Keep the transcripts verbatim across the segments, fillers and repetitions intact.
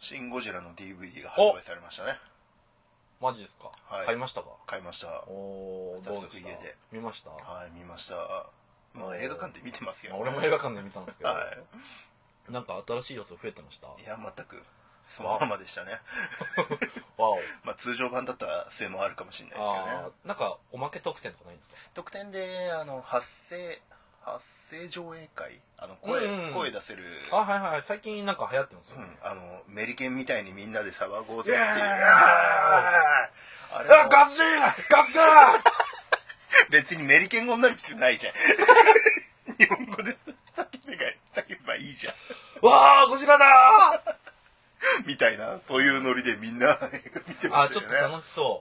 シン・ゴジラの ディーブイディー が発売されましたね。 マジですか、はい、買いましたか？ 買いました。 おー、どうでした？家で見ました？ はい、見ました。まあ映画館で見てますよ、ね、 俺も映画館で見たんですけど、 はい、 なんか新しい要素増えてました？ いや全くそのままでしたね。 わおまあ通常版だったせいもあるかもしれないですけどね。 なんかおまけ特典とかないんですか？ 特典であの発声発声上映会、あの 声,、うんうん、声出せる、 あ、はいはい、最近なんか流行ってますよね、 うん、あのメリケンみたいにみんなで騒ごうぜっていう、 あれあガッセーガッセー別にメリケン語になる必要ないじゃん。日本語で叫べが叫べばいいじゃん。 わーゴジラだーみたいな、そういうノリでみんな映画見てましたよね。 あ、ちょっと楽しそう、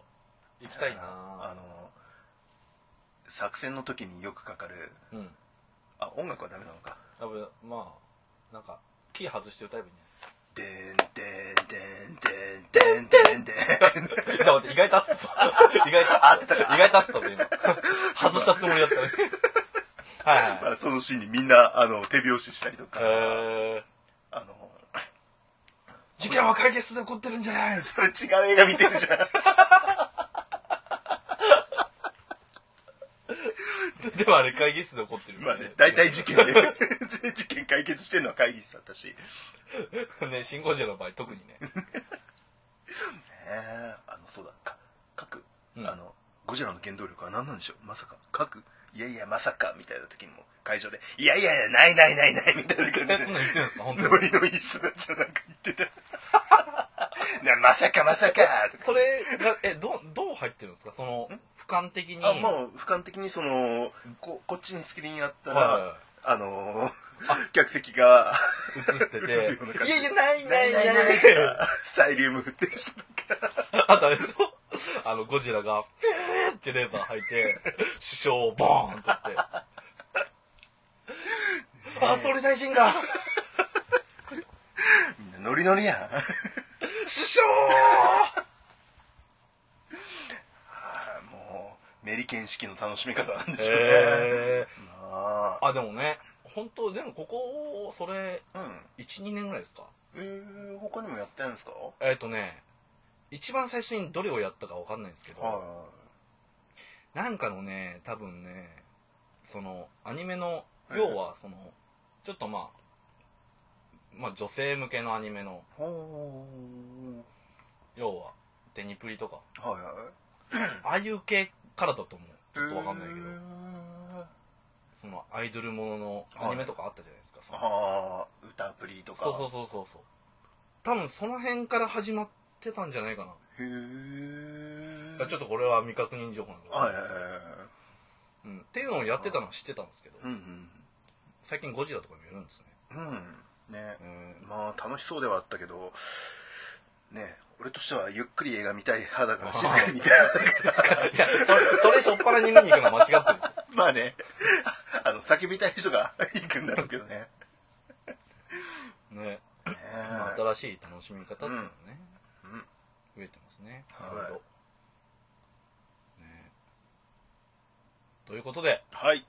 行きたいな。 あの作戦の時によくかかる、 うん、 あ、音楽はダメなのか。 まあなんかキー外して歌えばいいね。 でんでんでんでんでんでんでん。 いや待って、意外と合ってた。意外と合ってたか。意外と合ってたで今。外したつもりだったね。はいはい。 まあそのシーンにみんなあの手拍子したりとか。 へあの事件は会議室で起こってるんじゃない。 それ違う映画見てるじゃん。 でもあれ会議室で起こってる、ね。 まあね、大体事件で事件解決してるのは会議室だったし。 ね、シン・ゴジラの場合特にね。 ねえ、あのそうだか核、うん、あのゴジラの原動力は何なんでしょう。まさか核、いやいやまさかみたいな時にも会場でいやいやいやないないないないみたいな感じで、 そんな言ってるんですか本当に。 ノリのいい人たちはなんか言ってた。まさかまさか。 それがえどどう入ってるんですか、その俯瞰的に。 あ、もう俯瞰的にその こ, こっちにスクリーンあったら、はいはい、あのー、客席が映ってて映すような感じで、 いやいやないないないないサイリウム振ってる人とか、 あとあれでしょ、あのゴジラがピーってレーザー吐いて首相をボーンとって、あ、総理大臣がみんなノリノリやん。 首相もうメリケン式の楽しみ方なんでしょうね。 えーまあ、 あでもね、本当でもここそれ、うん、いちにねんぐらいですか。 えー、他にもやってるんですか。 えっとね、一番最初にどれをやったかわかんないんですけど、はい、なんかのね、多分ね、そのアニメの要はそのちょっとまあまあ女性向けのアニメの、要はテニプリとか、はいはい、ああいう系からだと思う。ちょっとわかんないけど、そのアイドルもののアニメとかあったじゃないですか。 ああ、歌プリとか。 そうそうそうそうそう。多分その辺から始まってたんじゃないかな。へえ。ちょっとこれは未確認情報なんで。はいはいはい。うん、っていうのをやってたのは知ってたんですけど、うんうん、最近ゴジラとかもやるんですね。 うんね、まあ楽しそうではあったけどね、俺としてはゆっくり映画見たい派だから静かに見たいいや、それしょっぱなに見に行くのは間違ってる。 まあね、あの叫びたい人が行くんだろうけどね。 ね、まあ、新しい楽しみ方っていうのね、うん、増えてますね。いろいろね。ということで、 はい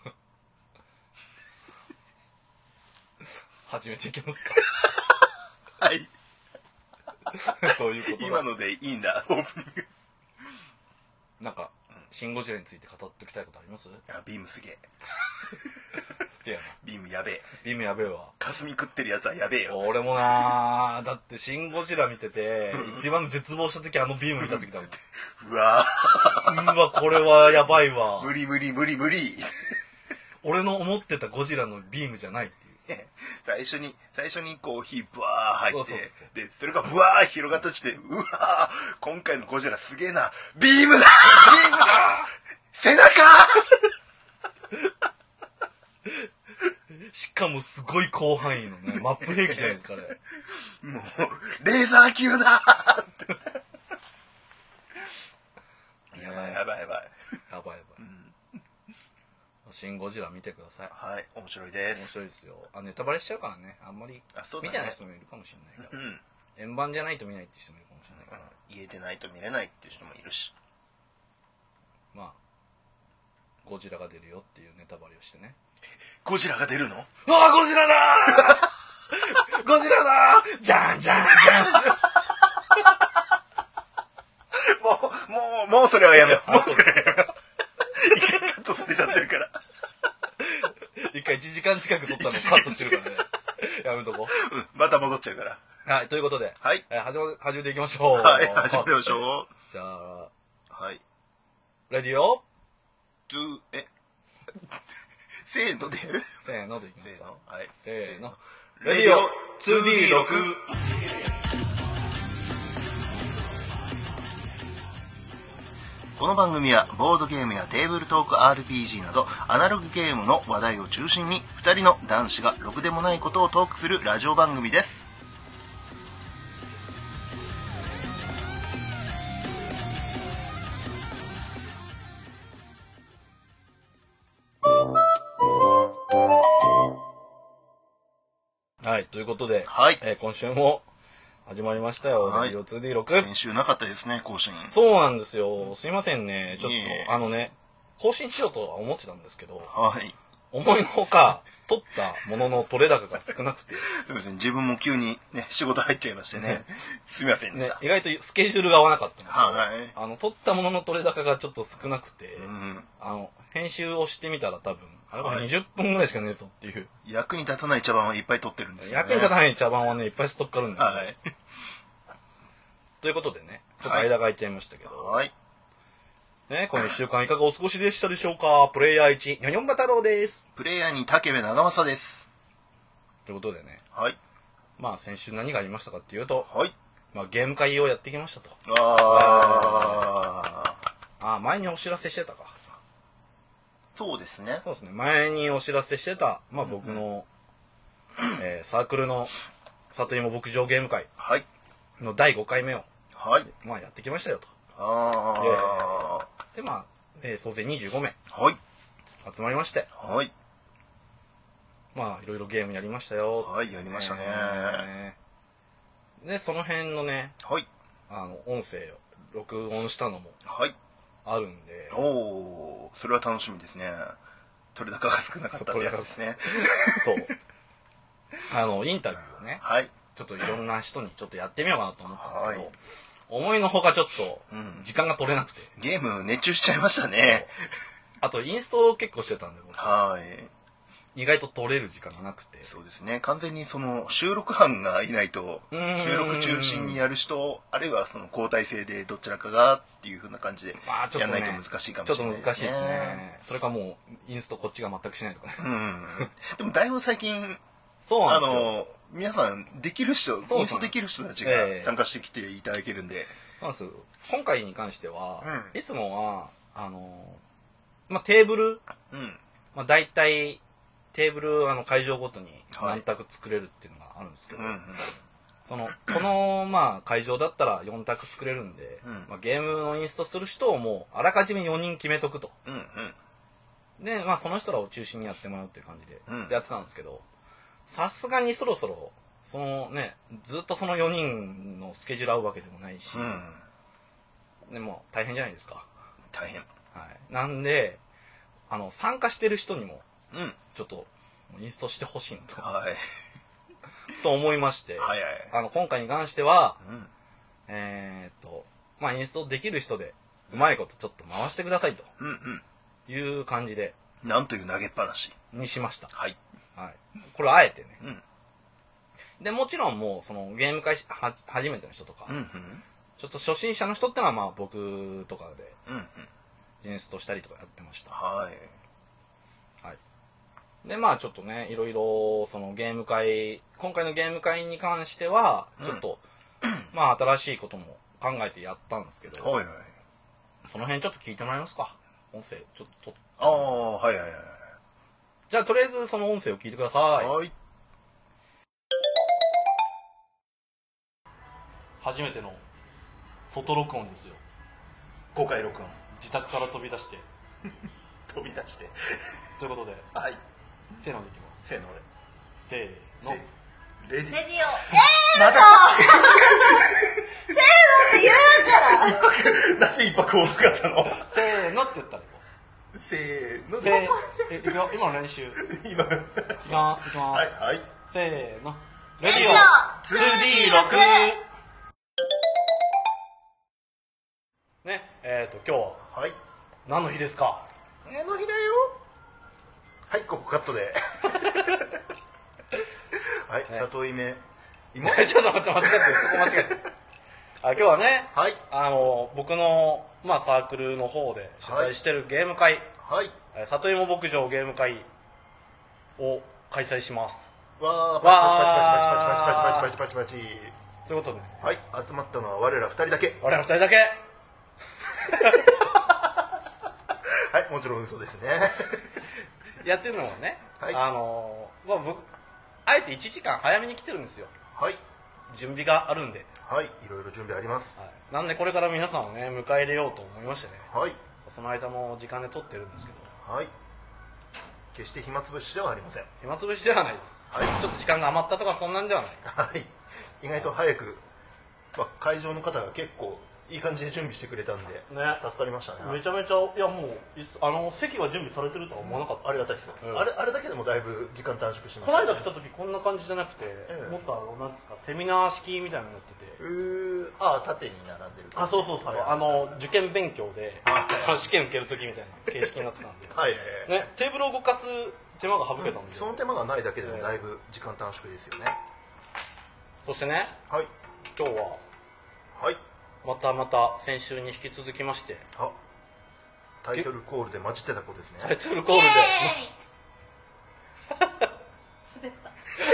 始めていきますか。 はい。 ということ今のでいいんだ、オープニング。 なんか、シン・ゴジラについて語っておきたいことあります？いや、ビームすげえ。 すげえな。 ビームやべえ。 ビームやべえわ。 霞食ってるやつはやべえよ。 俺もなー、だってシン・ゴジラ見てて、一番絶望した時あのビーム見た時だもん。 うわー。うわ、これはやばいわ。 無理無理無理無理。 俺の思ってたゴジラのビームじゃないっていう。 最初に最初にこう火ブワー入って、そうそうそう、でそれがブワー広がったして、うわー今回のゴジラすげえな、ビームだービームだー背中しかもすごい広範囲のねマップ兵器じゃないですかね。 もうレーザー級だーってやばいやばいやばいやばいやばい、うん、シン・ゴジラ見てください。 はい、面白いです。 面白いですよ。あ、ネタバレしちゃうからね、あんまり見てない人もいるかもしれないから、うん、円盤じゃないと見ないって人もいるかもしれないから、うん、 家でないと見れないっていう人もいるし、 まあゴジラが出るよっていうネタバレをしてね。 ゴジラが出るの？ ああゴジラだーゴジラだーじゃんじゃんじゃんもう、もう、もうそれはやめよう。もうそれはやめよう。一回カットされちゃってるから。 一回いちじかん近く撮ったのカットしてるからね。やめとこう。うん、また戻っちゃうから。 はい、ということで、 はい。 えー、始め、始めていきましょう。 はい、始めましょう。 じゃあ、 はい。 レディオトゥ、え、せーのでやる？ せーのでいきますか。 せーの。はい。 せーの。 レディオ ツーディーろく。この番組はボードゲームやテーブルトーク アールピージー などアナログゲームの話題を中心にふたりの男子がろくでもないことをトークするラジオ番組です。 はい、ということで、 はい、 えー、今週も始まりましたよ。 はい、 レディオ ツーディーろく。 先週なかったですね、更新。 そうなんですよ。すいませんね。ちょっと、 いえあのね、更新しようとは思ってたんですけど、 はい。 思いのほか、取ったものの取れ高が少なくて。 すみません、自分も急にね、仕事入っちゃいましてね。すみませんでした、 ね。意外とスケジュールが合わなかったので、 はい。 あの、取ったものの取れ高がちょっと少なくて、 うん、あの、編集をしてみたら多分、あれこれにじゅっぷんぐらいしかねえぞっていう。 役に立たない茶番はいっぱい取ってるんですよね。 役に立たない茶番はね、いっぱいストックあるんですよ、ね。 はい。 ということでね、ちょっと間が空いちゃいましたけど。 はい。 ね、このいっしゅうかんいかがお過ごしでしたでしょうか。プレイヤーいち、ニョニョンバ太郎です。 プレイヤーに竹部長政です。 ということでね。 はい。 まあ先週何がありましたかっていうと、 はい。 まあゲーム会をやってきましたと。 あー。あー、前にお知らせしてたか。 そうですね。 そうですね。前にお知らせしてた、まあ僕の、うんうん、えー、サークルの里芋牧場ゲーム会のだいごかいめを、 はい。 まあやってきましたよと。 あー。で、まあ、えー、総勢にじゅうごめい。 はい。 集まりまして。 はい。 まあ、いろいろゲームやりましたよ。 はい、やりましたね。 えー、で、その辺のね、 はい。 あの、音声を録音したのも、 はい。 あるんで。 おお、それは楽しみですね。取れ高が少なかったってやつですね。 そう。あの、インタビューをね、 はい。 ちょっといろんな人にちょっとやってみようかなと思ったんですけど、はい、思いのほかちょっと、時間が取れなくて、 うん。ゲーム熱中しちゃいましたね。 あと、インストを結構してたんで、僕。 はい。 意外と取れる時間がなくて。 そうですね。完全にその収録班がいないと、収録中心にやる人、あるいはその交代制でどちらかがっていう風な感じでやらないと難しいかもしれないですね。 ちょっと難しいですね。それかもうインストこっちが全くしないとかね。 うん。でもだいぶ最近、 そうなんですよ。 あの、皆さんできる人、インストできる人たちが参加してきていただけるんで。 そうなんですよ。今回に関しては、うん、いつもは、あの、まあ、テーブル、うん、まあ、大体、テーブルあの会場ごとに何択作れるっていうのがあるんですけど、はい、そのこのまあ会場だったらよん択作れるんで、うん、まあ、ゲームのインストする人をもうあらかじめよにん決めとくと、うんうん、でまあその人らを中心にやってもらうっていう感じでやってたんですけど、さすがにそろそろそのねずっとそのよにんのスケジュール合うわけでもないし、うん、でも大変じゃないですか。 大変、 はい、なんであの参加してる人にもうん、 ちょっとインストしてほしいと、 はい、 と思いまして、 はいはい、 あの今回に関しては、 うん、 えー、っとまあインストできる人でうまいことちょっと回してくださいという感じで、 うんうん、なんという投げっぱなしにしました。 はい、 はい、これあえてね、 うん、 でもちろんもうそのゲーム会は初めての人とか、 うんうん、 ちょっと初心者の人ってのはまあ僕とかでインストしたりとかやってました。 はい。 でまあちょっとねいろいろそのゲーム会今回のゲーム会に関してはちょっと、うん、まあ新しいことも考えてやったんですけど、 はいはい、 その辺ちょっと聞いてもらえますか。音声ちょっとああはいはいはい。 じゃあとりあえずその音声を聞いてください。 はい。 初めての外録音ですよ。 公開録音。 自宅から飛び出して飛び出してということで、 はい、 せーのでいきます。 せーので。 せーの。 レディ。 レディオ。えー、またせーのって言うからなんで一泊多かったの。 せーのって言ったらせーのせーえ、いくよ、今の練習。 今。 いきます。いきます。 はい、はい。 せーの。 レディオ ツーディーろく ね、えっ、ー、と今日ははい何の日ですか？ あの日だよ。はい、ここカットではい、 ね里芋芋ちょっと待って間違ってる、そこ間違えてる。あ、今日はね、 はいあの僕の、まあ、サークルの方で主催してるゲーム会、 はいえー里芋牧場ゲーム会を開催します。 わーわーパチパチパチパチパチパチパチパチパチということで、 はい、集まったのは我ら二人だけ。 我々二人だけ。 はい、もちろん嘘ですねやってるのはね、 はいあのまあ、僕あえていちじかん早めに来てるんですよ。 はい準備があるんで、 はい、いろいろ準備あります。 はい、なんでこれから皆さんをね迎え入れようと思いましてね、 はいその間も時間で撮ってるんですけど、 はい、決して暇つぶしではありません。 暇つぶしではないです、 はいちょっと時間が余ったとかそんなんではない。 はい、意外と早く、まあ、会場の方が結構いい感じで準備してくれたんで、 ね助かりましたね。 めちゃめちゃ、いやもういっあの席は準備されてるとは思わなかった。 ありがたいです、 うんあれあれだけでもだいぶ時間短縮しまこした、 の間来た時こんな感じじゃなくて、 ええもっとあのなんですかセミナー式みたいなのになってて、 うーああ縦に並んでるあそうそうそう、 はいあの受験勉強で、 はいあの試験受ける時みたいな形式になってたんで、 はい、 ね、テーブルを動かす手間が省けたんで、 その手間がないだけでもだいぶ時間短縮ですよね。 そしてねはい今日ははい、 またまた先週に引き続きましてあタイトルコールで混じってた子ですタイね。 トルコールでイエーイ滑った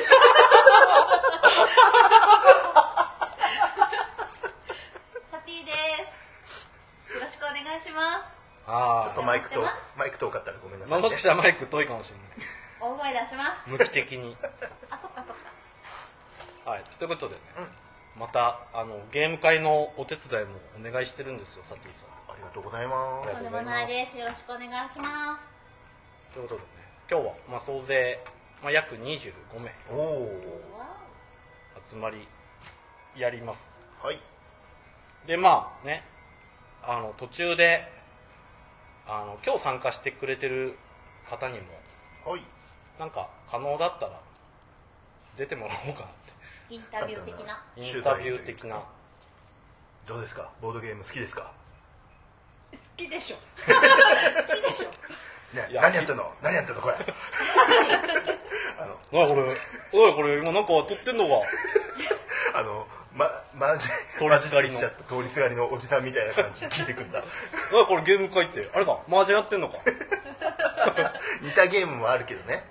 サティですよろしくお願いしますあちょっとマイクとやってますマイク遠かったらごめんなさまあ、 い、ね、 もしかしたらマイク遠いかもしれない大声出します向き的にあそっかそっかはいということでね、またあのゲーム会のお手伝いもお願いしてるんですよサティさん。 ありがとうございます。 とんでもないですよろしくお願いしますということでね今日は、まあ、総勢、まあ、約にじゅうごめいおお集まりやります。 はいでまあねあの途中であの今日参加してくれてる方にもはいなんか可能だったら出てもらおうかなってインタビュー的なインタビュー的な。 どうですか、ボードゲーム好きですか？ 好きでしょ好きでしょねいや何やってんの何やってんのこれあのおいこれおいこれ今なんか撮ってんのかあのまマジ通りすがりのマジで来ちゃった通りすがりのおじさんみたいな感じで聞いてくんだおいこれゲーム会ってあれか麻雀やってんのか似たゲームもあるけどね。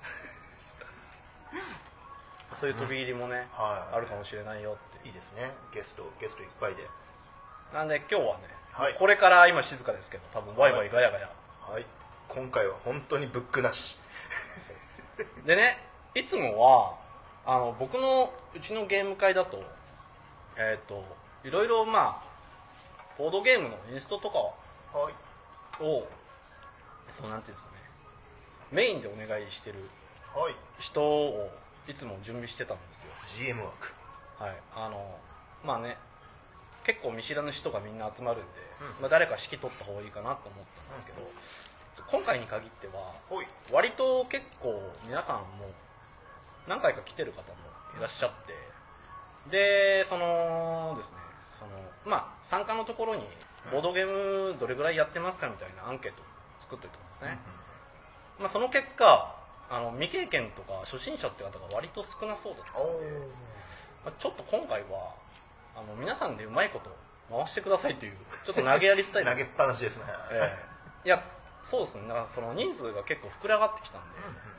そういう飛び入りもね、 はいあるかもしれないよっていいですね、ゲストゲストいっぱいで。 なんで今日はね、 はいこれから今静かですけど多分ワイワイガヤガヤ、 はい、今回は本当にブックなしでねいつもはあの僕のうちのゲーム会だとえっ、といろいろまあボードゲームのインストとかはいをそうなんていうんですかねメインでお願いしてるはい人をいつも準備してたんですよ。 ジーエム ワーク。 はいあのまあね結構見知らぬ人がみんな集まるんで、 うんまあ、誰か指揮取った方がいいかなと思ったんですけど、今回に限ってははい割と結構皆さんも何回か来てる方もいらっしゃってでそのですねそのまあ参加のところにボードゲームどれぐらいやってますかみたいなアンケートを作っといたんですね、まあ、その結果あの未経験とか初心者って方が割と少なそうだったおので、まあ、ちょっと今回はあの皆さんでうまいこと回してくださいというちょっと投げやりスタイル投げっぱなしですね。 ええいやそうですねだからその人数が結構膨れ上がってきたんで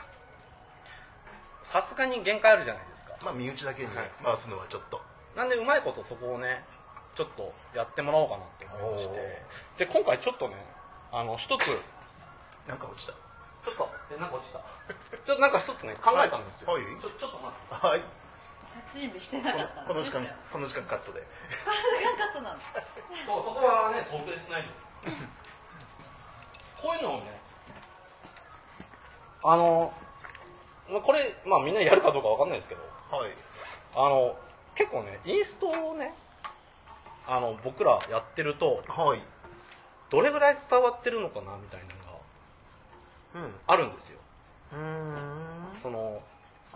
さすがに限界あるじゃないですか。 まあ身内だけにはい回すのはちょっと。 なんでうまいことそこをねちょっとやってもらおうかなって思いましてで今回ちょっとねあの一つなんか落ちた。 ちょっとえなんか落ちたちょっとなんか一つね考えたんですよ、 はいちょちょっと待ってはい。 準備してなかったこの時間この時間カットで。 この時間カットなんだそうそこはね特別ないですこういうのをねあのまあこれまあみんなやるかどうかわかんないですけどはいあの結構ねインストをねあの僕らやってるとはい。 どれぐらい伝わってるのかなみたいなのがうんあるんですよ。 うーんその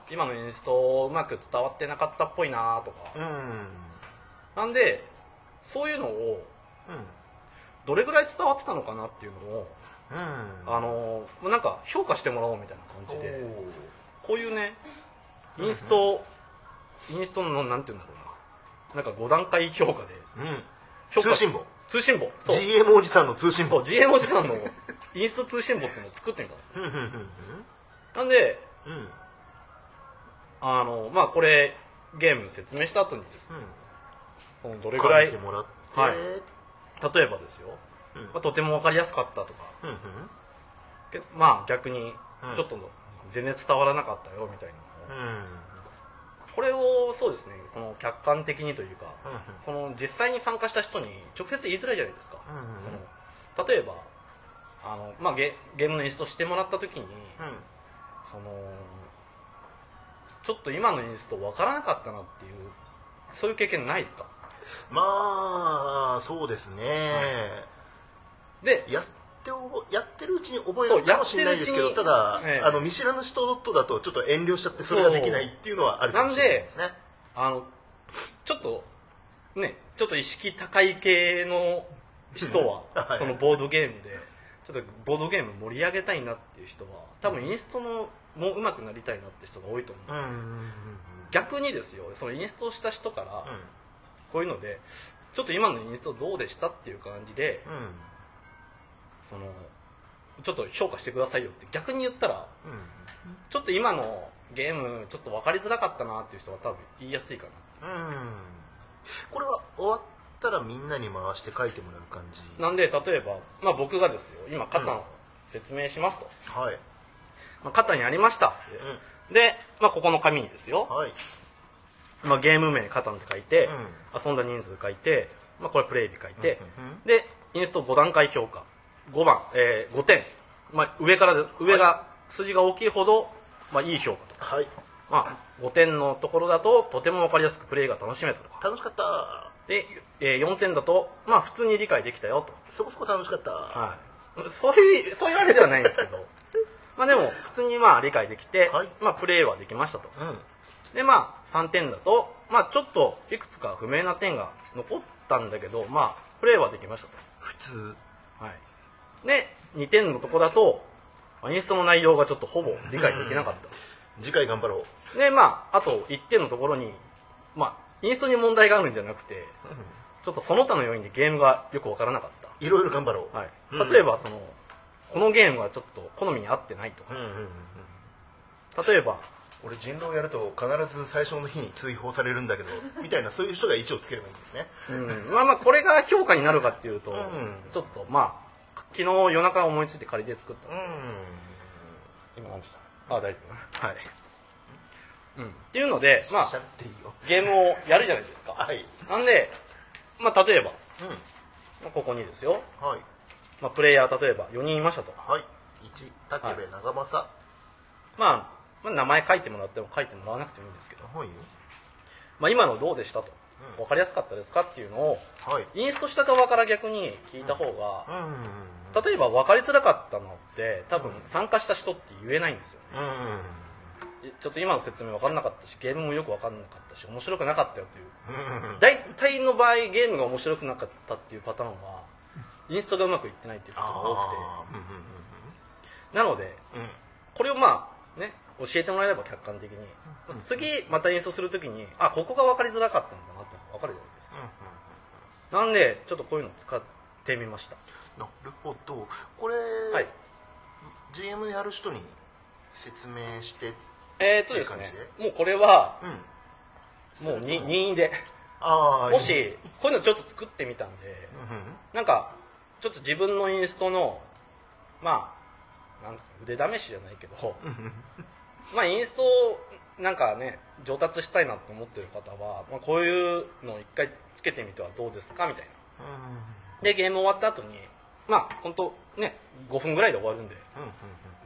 今のインストうまく伝わってなかったっぽいなとか、 うんなんでそういうのをうんどれぐらい伝わってたのかなっていうのを、 うんあのなんか評価してもらおうみたいな感じで、こういうねインスト、インストのなんていうんだろうな、なんかご段階評価でうん評価通信簿通信簿そうジーエム おじさんの通信簿そう ジーエム おじさんのインスト通信簿っていうのを作ってみたんですよ。 うんうんうんなんでうんうんあのまあこれゲーム説明した後にですね、このどれぐ書らいいてもらってはい例えばですよ、 うんまあ、とても分かりやすかったとか、 うんうんけまあ逆にうんちょっと全然伝わらなかったよみたいなのを、 うんこれをそうですねこの客観的にというか、 うんその実際に参加した人に直接言いづらいじゃないですか、 うんうんその例えばあの、まあ、ゲ, ゲームのインストしてもらった時に、 うんそのちょっと今のインスト分からなかったなっていうそういう経験ないですか？ まあそうですね、 でやっておやってるうちに覚えるかもしれないですけど、 そうやってるうちにただ、 ええあの見知らぬ人とだとちょっと遠慮しちゃってそれができないっていうのはあるかもしれないですね。 あのちょっとねちょっと意識高い系の人ははいそのボードゲームでちょっとボードゲーム盛り上げたいなっていう人は多分インストのもう上手くなりたいなって人が多いと思う、 うんうんうんうん逆にですよそのインストした人からこういうのでちょっと今のインストどうでしたっていう感じでうんうんそのちょっと評価してくださいよって逆に言ったらちょっと今のゲームちょっと分かりづらかったなっていう人は多分言いやすいかな。 うんうんこれは終わったらみんなに回して書いてもらう感じなんで例えば、まあ、僕がですよ今カタンを説明しますと、 はい、 まあ、カタンやりましたって、で、まあ、ここの紙にですよ、 はいまあ、ゲーム名カタンって書いて、 う遊んだ人数書いて、まあ、これプレイで書いて、 うんうんうんでインストご段階評価ごばん、えー、ごてん、まあ、上からで上が数字が大きいほど、まあ、いい評価とか、 はいまあ、ごてんのところだととても分かりやすくプレイが楽しめたとか楽しかったで、えー、よんてんだと、まあ、普通に理解できたよと、 そこそこ楽しかった、 はい、そういうそういうわけではないんですけどまあでも普通にまあ理解できて、 はいまあ、プレイはできましたと。 うんでまあさんてんだと、まあ、ちょっといくつか不明な点が残ったんだけど、まあ、プレイはできましたと。 普通はい、でにてんのとこだとインストの内容がちょっとほぼ理解できなかった次回頑張ろうでまああといってんのところに、まあ、インストに問題があるんじゃなくてちょっとその他の要因でゲームがよくわからなかっいろいろ頑張ろう、 た、はいうん例えばそのこのゲームはちょっと好みに合ってないとかうんうんうんうん例えば俺人狼やると必ず最初の日に追放されるんだけどみたいなそういう人がいちをつければいいんですねうんまあまあこれが評価になるかっていうと、 うんちょっとまあ昨日夜中思いついて仮で作ったうん今何時だあ大丈夫はい、うん、っていうのでまあしゃべっていいよゲームをやるじゃないですかはいなんでまあ例えば、 うんまあここにですよ、 はいまあ、プレイヤー例えばよにんいましたと、 はいいち武部長政まあ、まあ名前書いてもらっても書いてもらわなくてもいいんですけど、 はいまあ、今のどうでしたと、 うん分かりやすかったですかっていうのをはいインストした側から逆に聞いた方が、 うん例えば分かりづらかったのって多分参加した人って言えないんですよね、 うんちょっと今の説明分かんなかったしゲームもよく分かんなかったし面白くなかったよといううん大体の場合ゲームが面白くなかったっていうパターンはインストがうまくいってないっていうことが多くあーうんうんてなのでうんうんこれをまあね教えてもらえれば客観的に次またインストするときにあここが分かりづらかったんだなって分かるじゃないですかなんでちょっとこういうのを使ってみましたなるほどこれ、 はいジーエム やる人に説明してえーっとですねっていう感もうこれはうんもうに任意でああもしこういうのちょっと作ってみたんでうんなんかちょっと自分のインストのまあなんですか腕試しじゃないけどまあインストなんかね上達したいなと思ってる方は、まあ、こういうのを一回つけてみてはどうですかみたいなでゲーム終わった後にまあ本当ねごふんぐらいで終わるんでうんうんうん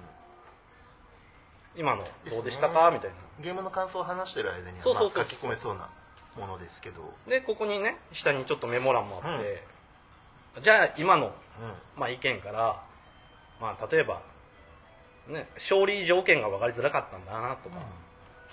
今のどうでしたかみたいなゲームの感想を話してる間にはそうそうそうそうまあ書き込めそうなものですけどでここにね下にちょっとメモ欄もあって、じゃあ今の、まあ、意見から、まあ、例えば、ね、勝利条件が分かりづらかったんだなとか、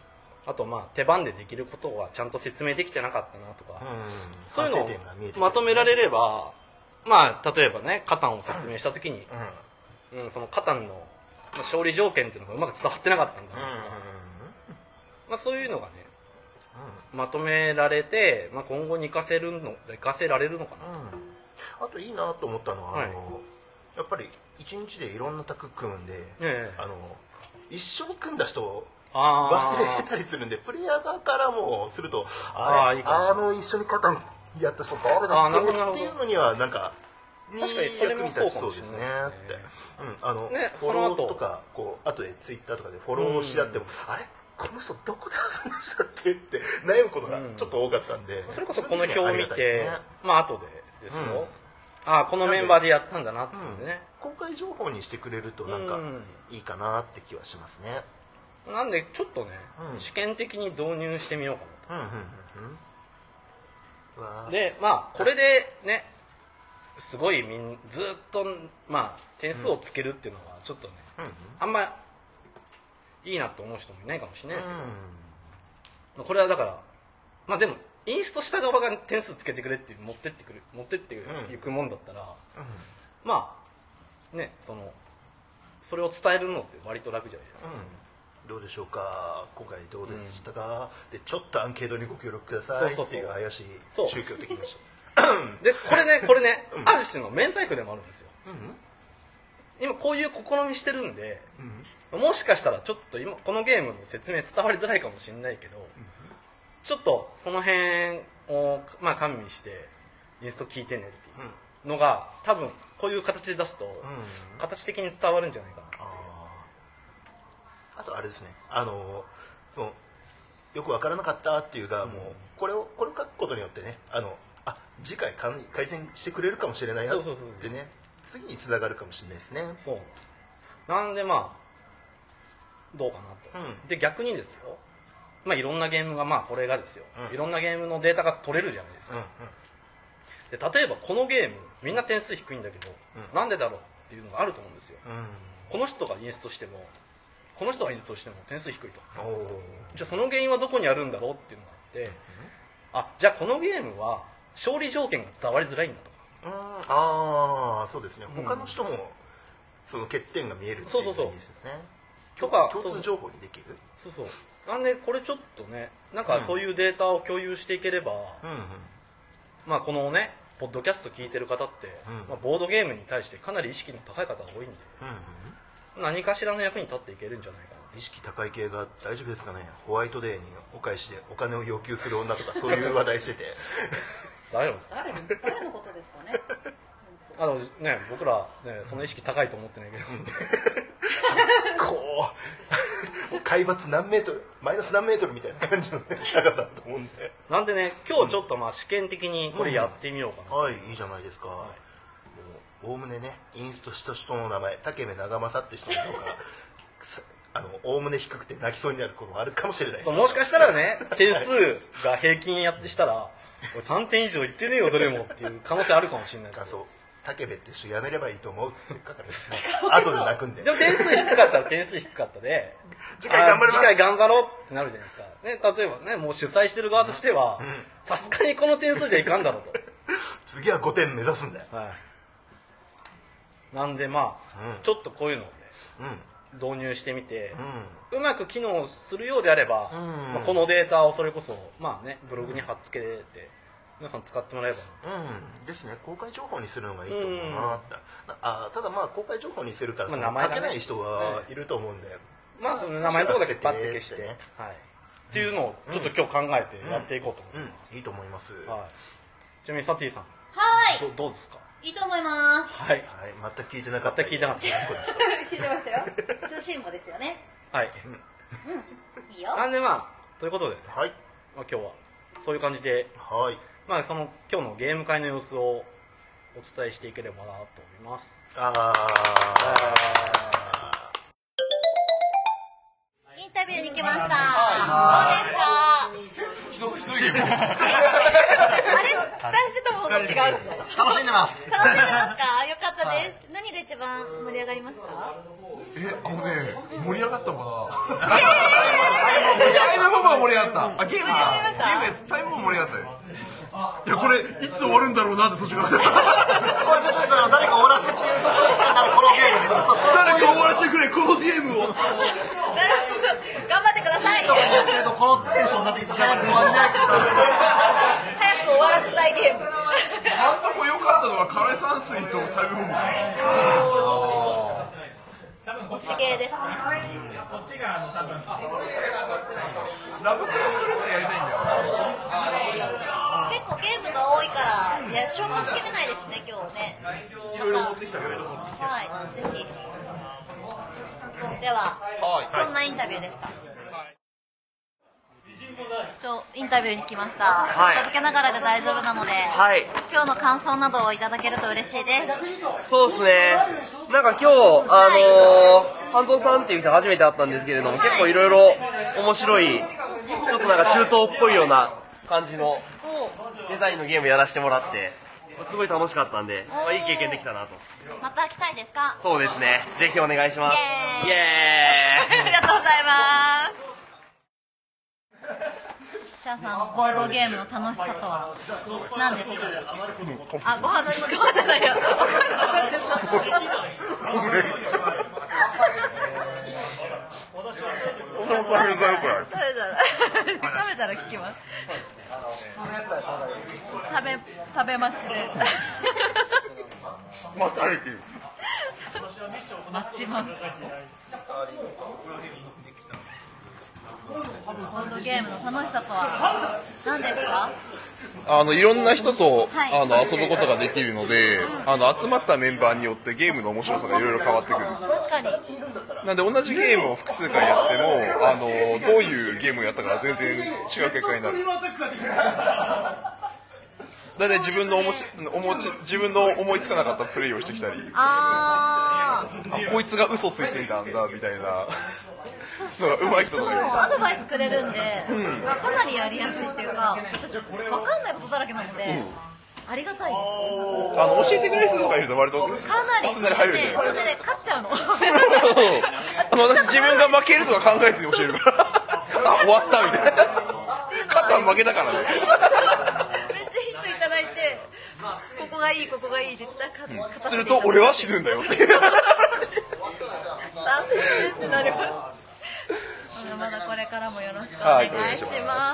あとまあ手番でできることはちゃんと説明できてなかったなとか、 うんそういうのを反省点が見えてくるまとめられれば、まあ例えばねカタンを説明した時に、 うんうん、そのカタンの勝利条件っていうのがうまく伝わってなかったんだなとか、まあ、そういうのがねまとめられて、まあ、今後に活かせるの活かせられるのかな、 うん、あといいなと思ったのは、 はいあのやっぱり一日でいろんなタク組むんで、 ええあの一緒に組んだ人をあ忘れたりするんでプレイヤー側からもするとあれあーいいかもしれないあの一緒にカタンやった人誰だっあーなるほどなるほどけっていうのにはなんかに確かにそれも役に立ちそうですねそうかもしれないですねって、うん、あの、 ねフォロその後ーとかこう後でツイッターとかでフォローし合っても、あれこの人どこで遊んでしたっけって悩むことがちょっと多かったんで、 それこそこの表を見ありがたいでて、 すねまあ後でですよ、 うんああこのメンバーでやったんだなっていうんでね、 公開情報にしてくれるとなんかうんいいかなって気はしますね。 なんでちょっとね、 うん試験的に導入してみようかなと。 うんうんうんうん。わーでまあこれでねすごいみんずっとまあ点数をつけるっていうのはちょっとね、 うんうんあんまいいなと思う人もいないかもしれないですけど、 うまあこれはだからまあでもインストした側が点数つけてくれっていう持ってってくる持ってっていくもんだったら、 んうんまあねそのそれを伝えるのって割と楽じゃないですか。 うん、どうでしょうか今回どうでしたか、でちょっとアンケートにご協力くださいそうそうそうっていう怪しいそう宗教的な人でこれねこれね、ある種の免罪符でもあるんですよ。 うん今こういう試みしてるんで、 うんもしかしたらちょっと今このゲームの説明伝わりづらいかもしれないけど、ちょっとその辺をまあ加味してインスト聞いてねっていうのが多分こういう形で出すとうん形的に伝わるんじゃないかな。 あーあとあれですねあのそのよくわからなかったっていうが、もうこれをこれを書くことによってねあのあ次回かん改善してくれるかもしれないなってそうそうそうね次につながるかもしれないですね。 そうなんでまあどうかなと、 うんで逆にですよまあいろんなゲームがまあこれがですよ、 うんいろんなゲームのデータが取れるじゃないですか、 うんうんで例えばこのゲームみんな点数低いんだけど、 うんなんでだろうっていうのがあると思うんですよ。 うんこの人がインストしてもこの人がインストしても点数低いと、 おーじゃあその原因はどこにあるんだろうっていうのがあって、あじゃあこのゲームは勝利条件が伝わりづらいんだとか、 うんああそうですねうん他の人もその欠点が見えるっていそうそうそうのがいいですよね。 とか共通情報にできる。 そうそうなんでこれちょっとねなんかそういうデータを共有していければ、 うんうんまあこのねポッドキャスト聞いてる方って、 うんまあ、ボードゲームに対してかなり意識の高い方が多いんでうん何かしらの役に立っていけるんじゃないかな。 うん、意識高い系が大丈夫ですかね。ホワイトデーにお返しでお金を要求する女とかそういう話題してて大丈夫ですか。 誰の誰のことですかね。 あのね僕らねその意識高いと思ってないけど、 こう海抜何メートルマイナス何メートルみたいな感じの、ね、高さだと思うんでなんでね今日ちょっとまあ試験的にこれやってみようかな、 はいいいじゃないですか。おおむねねインストした人の名前竹部長政って人の方があのおおむね低くて泣きそうになることもあるかもしれないです。 そうもしかしたらね点数が平均やってしたら俺さんてん以上いってねえよどれもっていう可能性あるかもしれないですよ。 あそう竹部って人やめればいいと思うって書かれる後で泣くんででも点数低かったら点数低かったで次回頑張りますあ次回頑張ろうってなるじゃないですか、ね、例えばねもう主催してる側としてはうんさすがにこの点数じゃいかんだろうと、 次はごてん目指すんだよ。 はい、なんでまあ、 うんちょっとこういうのをねうん導入してみて、 ううまく機能するようであれば、 うんまあ、このデータをそれこそまあねブログに貼っつけて皆さん使ってもらえばんうんですね公開情報にするのがいいと思うなって、あただまあ公開情報にするからそのまあ名前がね書けない人がいると思うんで、 まあその名前のところだけパッて消して、 ねはい、っていうのをちょっと今日考えてやっていこうと思います、 うんいいと思います。 はい、ちなみにサティさんはい。 どどうですか。 いいと思います。 はいはい、全く聞いてなかった。 全く聞いてなかった聞いてましたよ。通信簿ですよね。 はいいいよ。 なんでまあということでね、 はい、 まあ、今日はそういう感じではい、 まあその今日のゲーム会の様子をお伝えしていければなと思います。 あインタビューに来ました。どうですか。 ひどひどいゲームあれ、期待してたものと違う。楽しんで楽しんでますますか。よかったです。何が一番盛り上がりますか。 え、あのね、盛り上がったのかな。タイムボムは盛り上がった。あ、ゲームか。ゲームやつ、タイムボム盛り上がったよ。いや、これいつ終わるんだろうなって途中から。これちょっと誰か終わらせてっていうところからこのゲーム。誰か終わらせてくれ、このゲームを。 頑張ってください。 とかやってるとこのテンションになってきて早く終わりないけど。 早く終わらせたいゲーム。 あんとこ良かったのは枯山水とタイムボム。 推しゲーですね。 ラブクロスクルーズやりたいんだよ。 結構ゲームが多いからいや消化しきれないですね今日ね。 いろいろ持ってきたけど。 はいぜひ。では、はい、そんなインタビューでした。ちょインタビューに来ました。はい、続けながらで大丈夫なので、はい、今日の感想などをいただけると嬉しいです。 そうですね。なんか今日あのー、半蔵さんっていう人初めて会ったんですけれども、はい、結構いろいろ面白いちょっとなんか中東っぽいような感じのデザインのゲームやらせてもらってすごい楽しかったんで、まあ、いい経験できたなと。 また来たいですか？ そうですね。ぜひお願いします。イエーイ。イエーイ。 ありがとうございます。シャアさんのボードゲームの楽しさとは何ですか？あ、ご飯のご飯じゃないよ。食べたら食べたら聞きます。食べ食べ待ちで。 また歩き。 待ちます。ボードゲームの楽しさとは何ですか？ あのいろんな人と、はい、あの遊ぶことができるので、うん、あの集まったメンバーによってゲームの面白さがいろいろ変わってくる。 確かに。 なんで同じゲームを複数回やってもあのどういうゲームをやったか全然違う結果になる。だいたい自分のお持ちお持ち自分の思いつかなかったプレイをしてきたり、ああこいつが嘘ついてんだんだみたいな。うまい人とかアドバイスくれるんで、うん、かなりやりやすいっていうか、私分かんないことだらけなので、うん、ありがたいです。 あの教えてくれる人とかいると割とすかなりすんなり入るんで、 それでね勝っちゃうの。あの私自分が負けるとか考えずに教えるから、あ終わったみたいな、勝った負けたからね。 めっちゃヒントいただいて、ここがいいここがいいって言ったら、うん、 すると俺は死ぬんだよって。 男性ってなります。まだこれからもよろしくお願いします。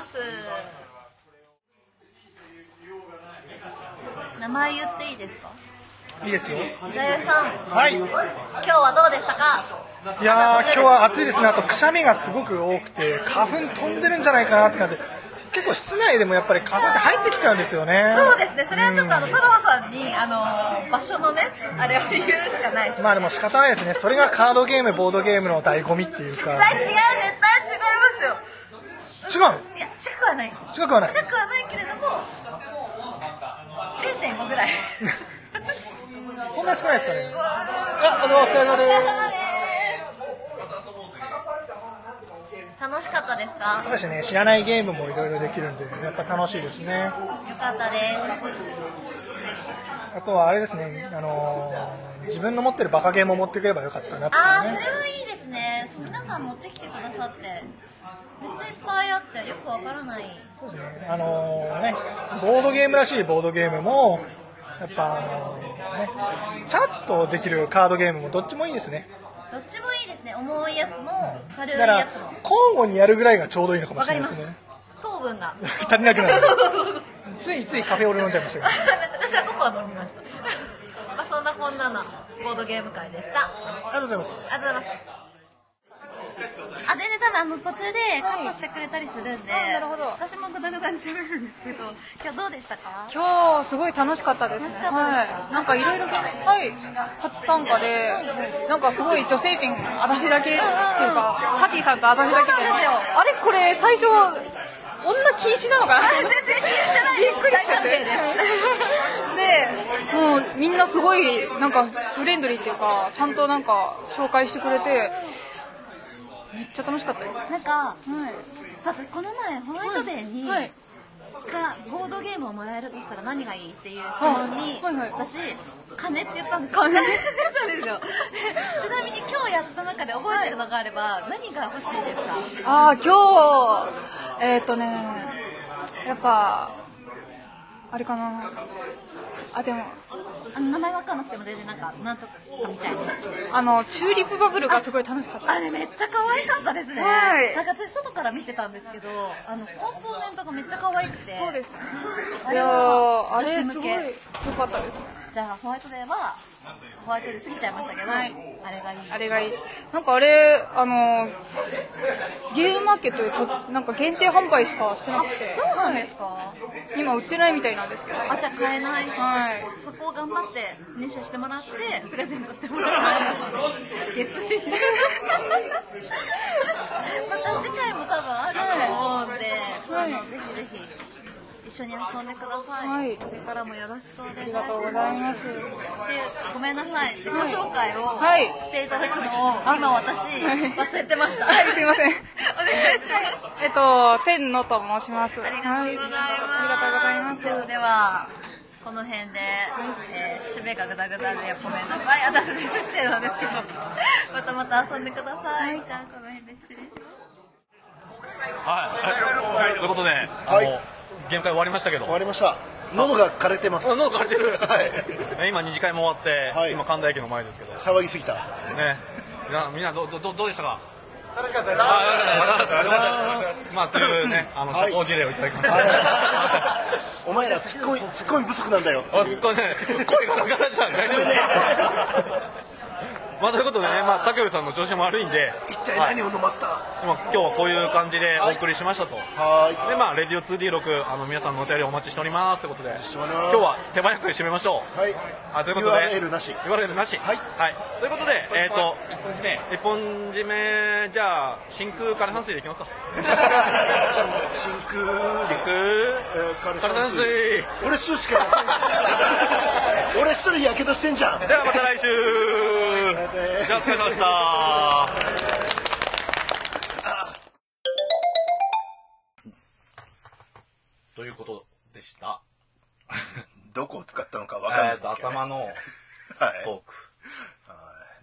名前言っていいですか？ いいですよ。 大吉さん、 はい。 今日はどうでしたか？ いやー今日は暑いですね。あとくしゃみがすごく多くて花粉飛んでるんじゃないかなって感じで、結構室内でもやっぱり花粉って入ってきちゃうんですよね。 そうですね。それはちょっとあのソロさんにあの場所のねあれを言うしかない。 まあでも仕方ないですね。それがカードゲームボードゲームの醍醐味っていうか。 絶対違う絶対違いますよ。 違う？ いや近くはない。 近くはない。 近くはないけれどもれいてんごぐらい。 そんな少ないですかね。あ、お疲れ様です。 楽しかったですか？ そうですね。知らないゲームもいろいろできるんでやっぱ楽しいですね。よかったです。 あとはあれですね。あのー、自分の持ってるバカゲームを持ってくればよかったなっていうね。 ああ、それはいいですね。皆さん持ってきてくださってめっちゃいっぱいあってよくわからない。 そうですね。あのー、ね、ボードゲームらしいボードゲームもやっぱあのー、ね、チャットできるカードゲームもどっちもいいですね。 どっちもいいですね。重いやつも軽いだからやつも交互にやるぐらいがちょうどいいのかもしれないですね。 糖分が足りなくなる。ついついカフェオレ飲んじゃいましたけど。 私はココア飲みました。まあそんなこんなのボードゲーム会でした。 ありがとうございます。 ありがとうございます。あ、全然多分あの途中でカットしてくれたりするんで、はい、なるほど。私もグダグダにしゃべるんですけど、今日どうでしたか？ 今日すごい楽しかったですね。はい。なんかいろいろはい初参加で、なんかすごい女性陣私だけっていうか、サティさんと私だけで、あれこれ最初女禁止なのかな？ 全然禁止じゃない。びっくりしちゃって。 で、もうみんなすごいなんかフレンドリーっていうか、ちゃんとなんか紹介してくれて。めっちゃ楽しかったです。 なんか、はい、私この前ホワイトデーに、はいはい、 かボードゲームをもらえるとしたら何がいいっていう質問に、はいはいはい、私金って言ったんですよ。金そうですよ。ちなみに今日やった中で覚えてるのがあれば何が欲しいですか？ ああ、今日えっ、ー、とねやっぱあれかなあ、でもあの名前わかんなくても全然なんかなんとかみたいなあのチューリップバブルがすごい楽しかった。 あれめっちゃ可愛かったですね。はい。なんか私外から見てたんですけど、あのコンポーネントがめっちゃ可愛くて。 そうですね。いやーあれすごい良かったですね。 じゃあホワイトデーはホワイトデー過ぎちゃいましたけど、はい、あれがいい。 あれがいい。なんかあれあのゲームマーケットでとなんか限定販売しかしてなくて。 そうなんですか。 今売ってないみたいなんですけど。 あ、じゃあ買えない。はい。そこを頑張って入手してもらってプレゼントしてもらう。下水。また次回も多分あると思うんで、はい、あのぜひぜひ一緒に遊んでください。はい。これからもよろしくお願いします。 ありがとうございます。で、 ごめんなさい。自己紹介をしていただくのを、はい、今私忘れてました。 はい、すいません。お願いします。 えっと天野と申します。 ありがとうございます。 ありがとうございます。 ではではこの辺で、えー、締めがグダグダでごめんなさい。私のせいなんですけど、またまた遊んでください。はい、じゃあこの辺で失礼します。 はい。ということで、 はい。 ゲーム会終わりましたけど。 終わりました。喉が枯れてます。 喉枯れてる。 はい。 今二次会も終わって、はい、今神田駅の前ですけど。 騒ぎすぎた。 ね。みんなどどどうでしたか。 楽しかったです。ありがとうございます。 まあというね、あの社交辞令をいただきました。 お前らツッコミツッコミ不足なんだよ。 あ、ツッコミね。声がガラガラじゃん。大丈夫。まあということでね、まあ竹部さんの調子も悪いんで、 一体何を飲ませた？ 今今日はこういう感じでお送りしましたと。 はい。 でまあレディオ ツーディーろく あの皆さんのお便りお待ちしておりますということで、今日は手早く締めましょう。 はい。 あということでユーアールエル なし。 ユーアールエル なし。はい。はい。ということでえっと一本締めじゃあ真空枯山水でいきますか。 真空枯山水。 俺一人しかやってない。俺一人やけどしてんじゃん。 ではまた来週。じゃあお疲れ様でした。ということでした。 どこを使ったのかわかんないですけど、ね、 頭のトーク、 はい、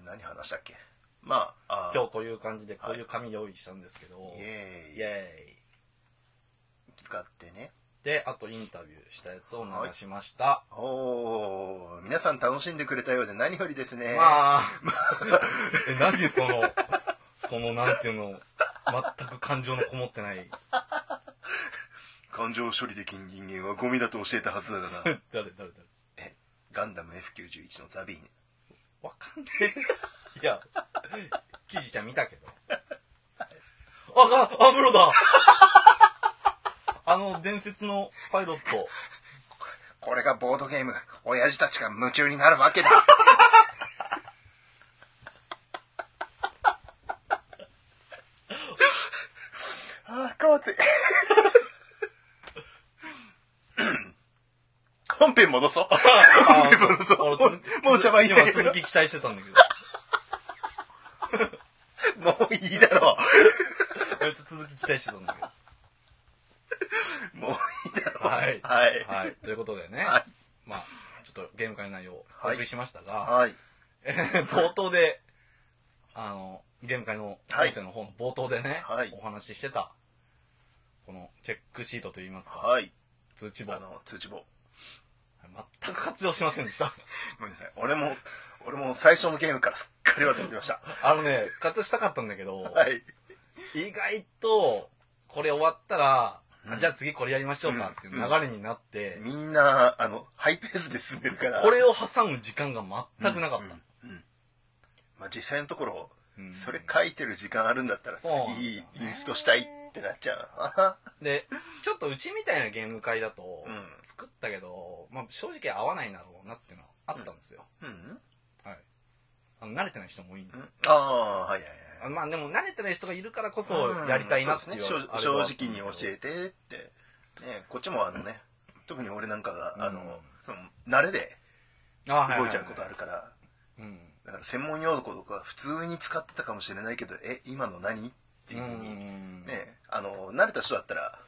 何話したっけ。まあ、 あ今日こういう感じでこういう紙用意したんですけど、はい、イエーイイエーイ使ってね。 であとインタビューしたやつを流しました。 はい、おー、皆さん楽しんでくれたようで何よりですね。 まあえ何そのそのなんていうの全く感情のこもってない感情処理できん人間はゴミだと教えたはずだがな。 誰誰誰えガンダム エフきゅうじゅういち のザビーン。 わかんねえ。いやキジちゃん見たけどあがアムロだあの伝説のパイロット。 これがボードゲーム。親父たちが夢中になるわけだ。ああ、かわつい。本編戻そう。本編戻そう。もう茶番いない。 今続き期待してたんだけど。もういいだろう。続き期待してたんだけど。 もういいだろう。 はい。 はい。 はい。ということでね。 はい、 まあ、ちょっとゲーム会の内容をお送りしましたが、 はい。 えー、冒頭で、あの、ゲーム会の先生の方の冒頭でね、はい、お話ししてた、このチェックシートといいますか、 はい。 通知簿。 あの、通知簿。 全く活用しませんでした。 ごめんなさい。俺も、俺も最初のゲームからすっかり忘れてました。 あのね、活用したかったんだけど、 はい。 意外と、これ終わったら、うん、じゃあ次これやりましょうかっていう流れになって、 うんうん、みんなあのハイペースで進めるからこれを挟む時間が全くなかった、うんうんうん、 まあ、実際のところ、うん、それ書いてる時間あるんだったら次インストしたいってなっちゃうでちょっとうちみたいなゲーム会だと、うん、作ったけど、まあ、正直合わないだろうなっていうのはあったんですよ、うんうん、はい、あの慣れてない人もいいんで、うん、 ああはいはいはい、 まあでも慣れてない人がいるからこそやりたいなっていう、 うんね、正直に教えてって、ね、こっちもあのね特に俺なんかが、うん、あのその慣れで動いちゃうことあるから、だから専門用語とか普通に使ってたかもしれないけどえ今の何っていうふうに、ね、あの慣れた人だったら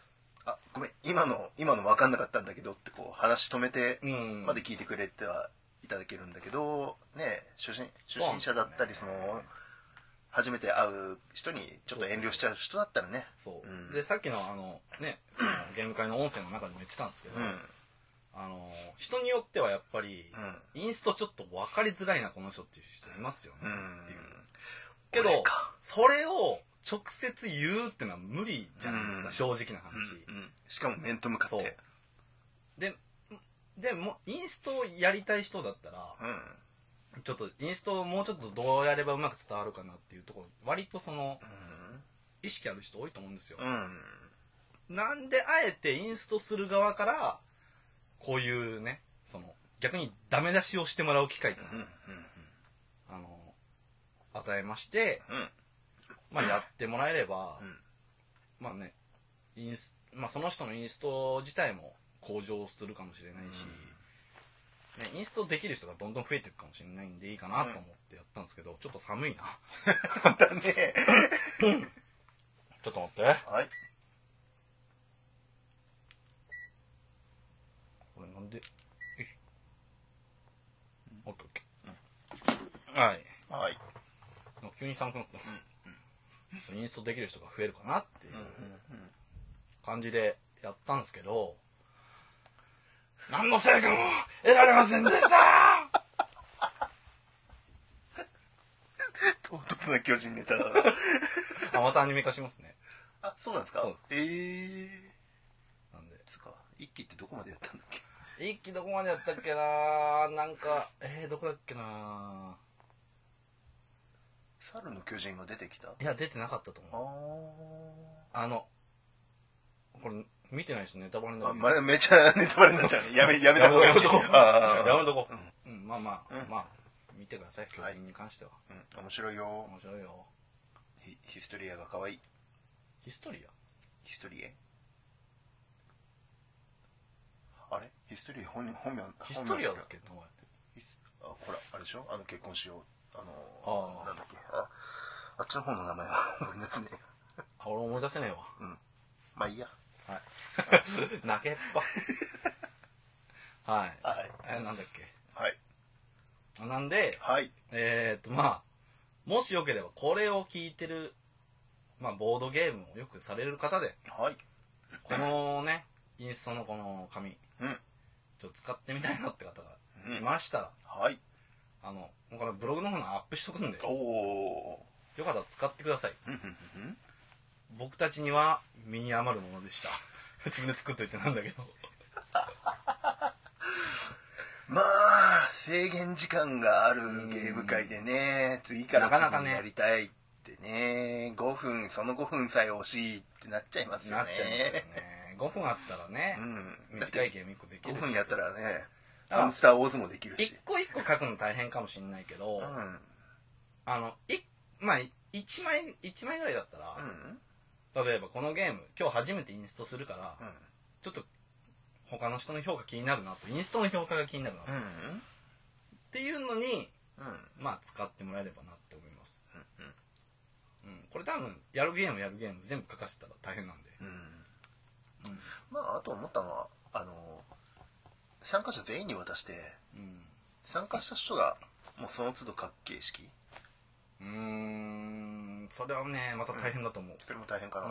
あごめん今の今の分かんなかったんだけどってこう話止めてまで聞いてくれてはいただけるんだけどね、初心初心者だったりその初めて会う人にちょっと遠慮しちゃう人だったらね。 そう、うん、でさっきのあのねそのゲーム会の音声の中でも言ってたんですけど、うん、あの人によってはやっぱり、うん、インストちょっと分かりづらいなこの人っていう人いますよね、うん、っていうけどそれを直接言うってのは無理じゃないですか、うん、正直な話、 うんうん、しかも面と向かってででもインストをやりたい人だったら、うん、ちょっとインストをもうちょっとどうやればうまく伝わるかなっていうところ割とその、うん、意識ある人多いと思うんですよ、うん、なんであえてインストする側からこういうねその逆にダメ出しをしてもらう機会というのを、うんうんうん、あの与えまして、うんまあやってもらえれば、うん、まあねインス、まあ、その人のインスト自体も向上するかもしれないし、うんね、インストできる人がどんどん増えていくかもしれないんでいいかなと思ってやったんですけど、ちょっと寒いなだねちょっと待ってはいこれなんでオッケーオッケーはいはい急に寒くなった、うんインストできる人が増えるかなっていう感じでやったんですけど何の成果も得られませんでした唐突な巨人ネタだあまたアニメ化しますね。 あそうなんですか。そうです。ええー、なんでつか一期ってどこまでやったんだっけ。 一期どこまでやったっけななんかえー、どこだっけな猿の巨人が出てきた。 いや出てなかったと思う。ああのこれ見てない人ネタバレになる、 まあ、めちゃネタバレになっちゃうね。やめやめた方がいい。やめとこうやめとこう、うん、まあまあ、うん、まあ見てください巨人に関しては、 はい、うん、面白いよ面白いよ。 ヒ, ヒストリアが可愛い。 ヒストリアヒストリエあれヒストリエ本本名ヒストリアだっけ名前。 あこれあれでしょあの結婚しようあのあなんだっけ あ, あっちの方の名前は思い出せねえあ俺思い出せねえわ。 うんまあいいやはい泣けっぱはい、はい、えなんだっけはいなんで、はい、えー、っとまあもしよければこれを聞いてる、まあ、ボードゲームをよくされる方で、はい、このねインストのこの紙、うん、ちょっと使ってみたいなって方がいましたら、うん、はいあのこれブログの方にアップしとくんでおよかったら使ってください僕たちには身に余るものでした自分で作っといてなんだけどまあ制限時間があるゲーム会でね次から次にやりたいってねごふんそのごふんさえ惜しいってなっちゃいますよね。なっちゃいますよねごふんあったらね、うん、短いゲームいっこできるしごふんやったらねハムスターオーズもできるし一個一個書くの大変かもしれないけど、うん、あのいまあいちまいいちまいぐらいだったら、うん、例えばこのゲーム今日初めてインストするから、うん、ちょっと他の人の評価気になるなとインストの評価が気になるなと、うん、っていうのに、うん、まあ使ってもらえればなって思います、うんうん、これ多分やるゲームやるゲーム全部書かせたら大変なんで、うんうん、まああと思ったのはあの参加者全員に渡して、うん、参加した人がもうその都度書く形式。 うーんそれはねまた大変だと思う、うん、 それも大変かな、うん、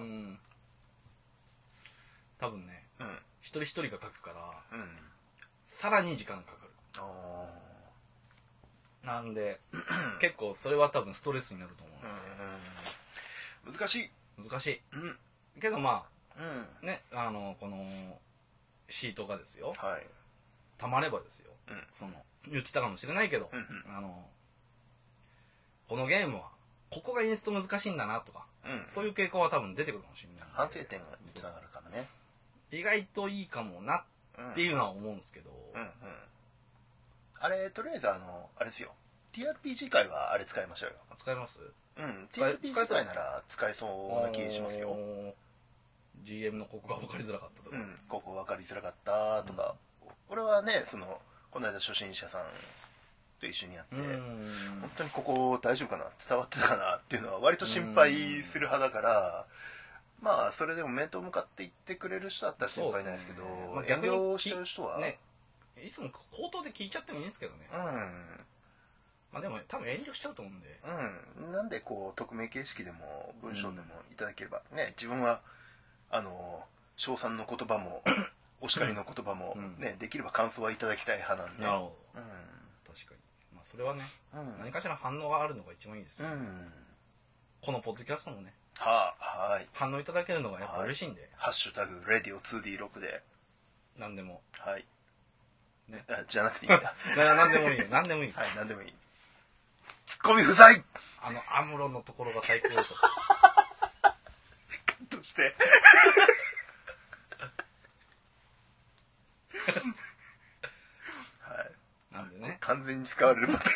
多分ね、うん、一人一人が書くから、うん、さらに時間かかるあなんで結構それは多分ストレスになると思う、うん、難しい難しい、うん、けどまあ、うん、ねあのこのシートがですよ、はいたまればですよ、うん、その言ってたかもしれないけど、うんうん、あのこのゲームはここがインスト難しいんだなとか、うん、そういう傾向は多分出てくるかもしれない反省点がつながるからね意外といいかもなっていうのは思うんですけど、うんうんうん、 あれとりあえずあのあれですよ ティーアールピージー 界はあれ使いましょうよ使いますうん ティーアールピージー 界なら使えそうな気しますよジーエム のここが分かりづらかったとか、うん、 ここ分かりづらかったとか、うん、俺はねそのこの間初心者さんと一緒にやって本当にここ大丈夫かな伝わってたかなっていうのは割と心配する派だからまあそれでも面と向かって言ってくれる人だったら心配ないですけど、まあ、遠慮しちゃう人はね、いつも口頭で聞いちゃってもいいんですけどね。うん。まあでも多分遠慮しちゃうと思うんで。 うん。なんでこう匿名形式でも文章でもいただければ、うん、ね、自分はあの称賛の言葉もお叱りの言葉もね、うん、できれば感想はいただきたい派なんで。なるほど。うん。 確かに。まあそれはね、うん、何かしら反応があるのが一番いいですよ、ね。うん。このポッドキャストもね。 はあ、はい。 反応いただけるのがやっぱ嬉しいんで。はい、 ハッシュタグレディオ ツーディーろく で。 何でも。 はい。ね、あじゃなくていいんだ。 何でもいいよ。何でもいい。 はい、何でもいい。ツッコミ不在。 あのアムロのところが最高でしょ。 カットして。はい。 なんでね。 完全に使われるので。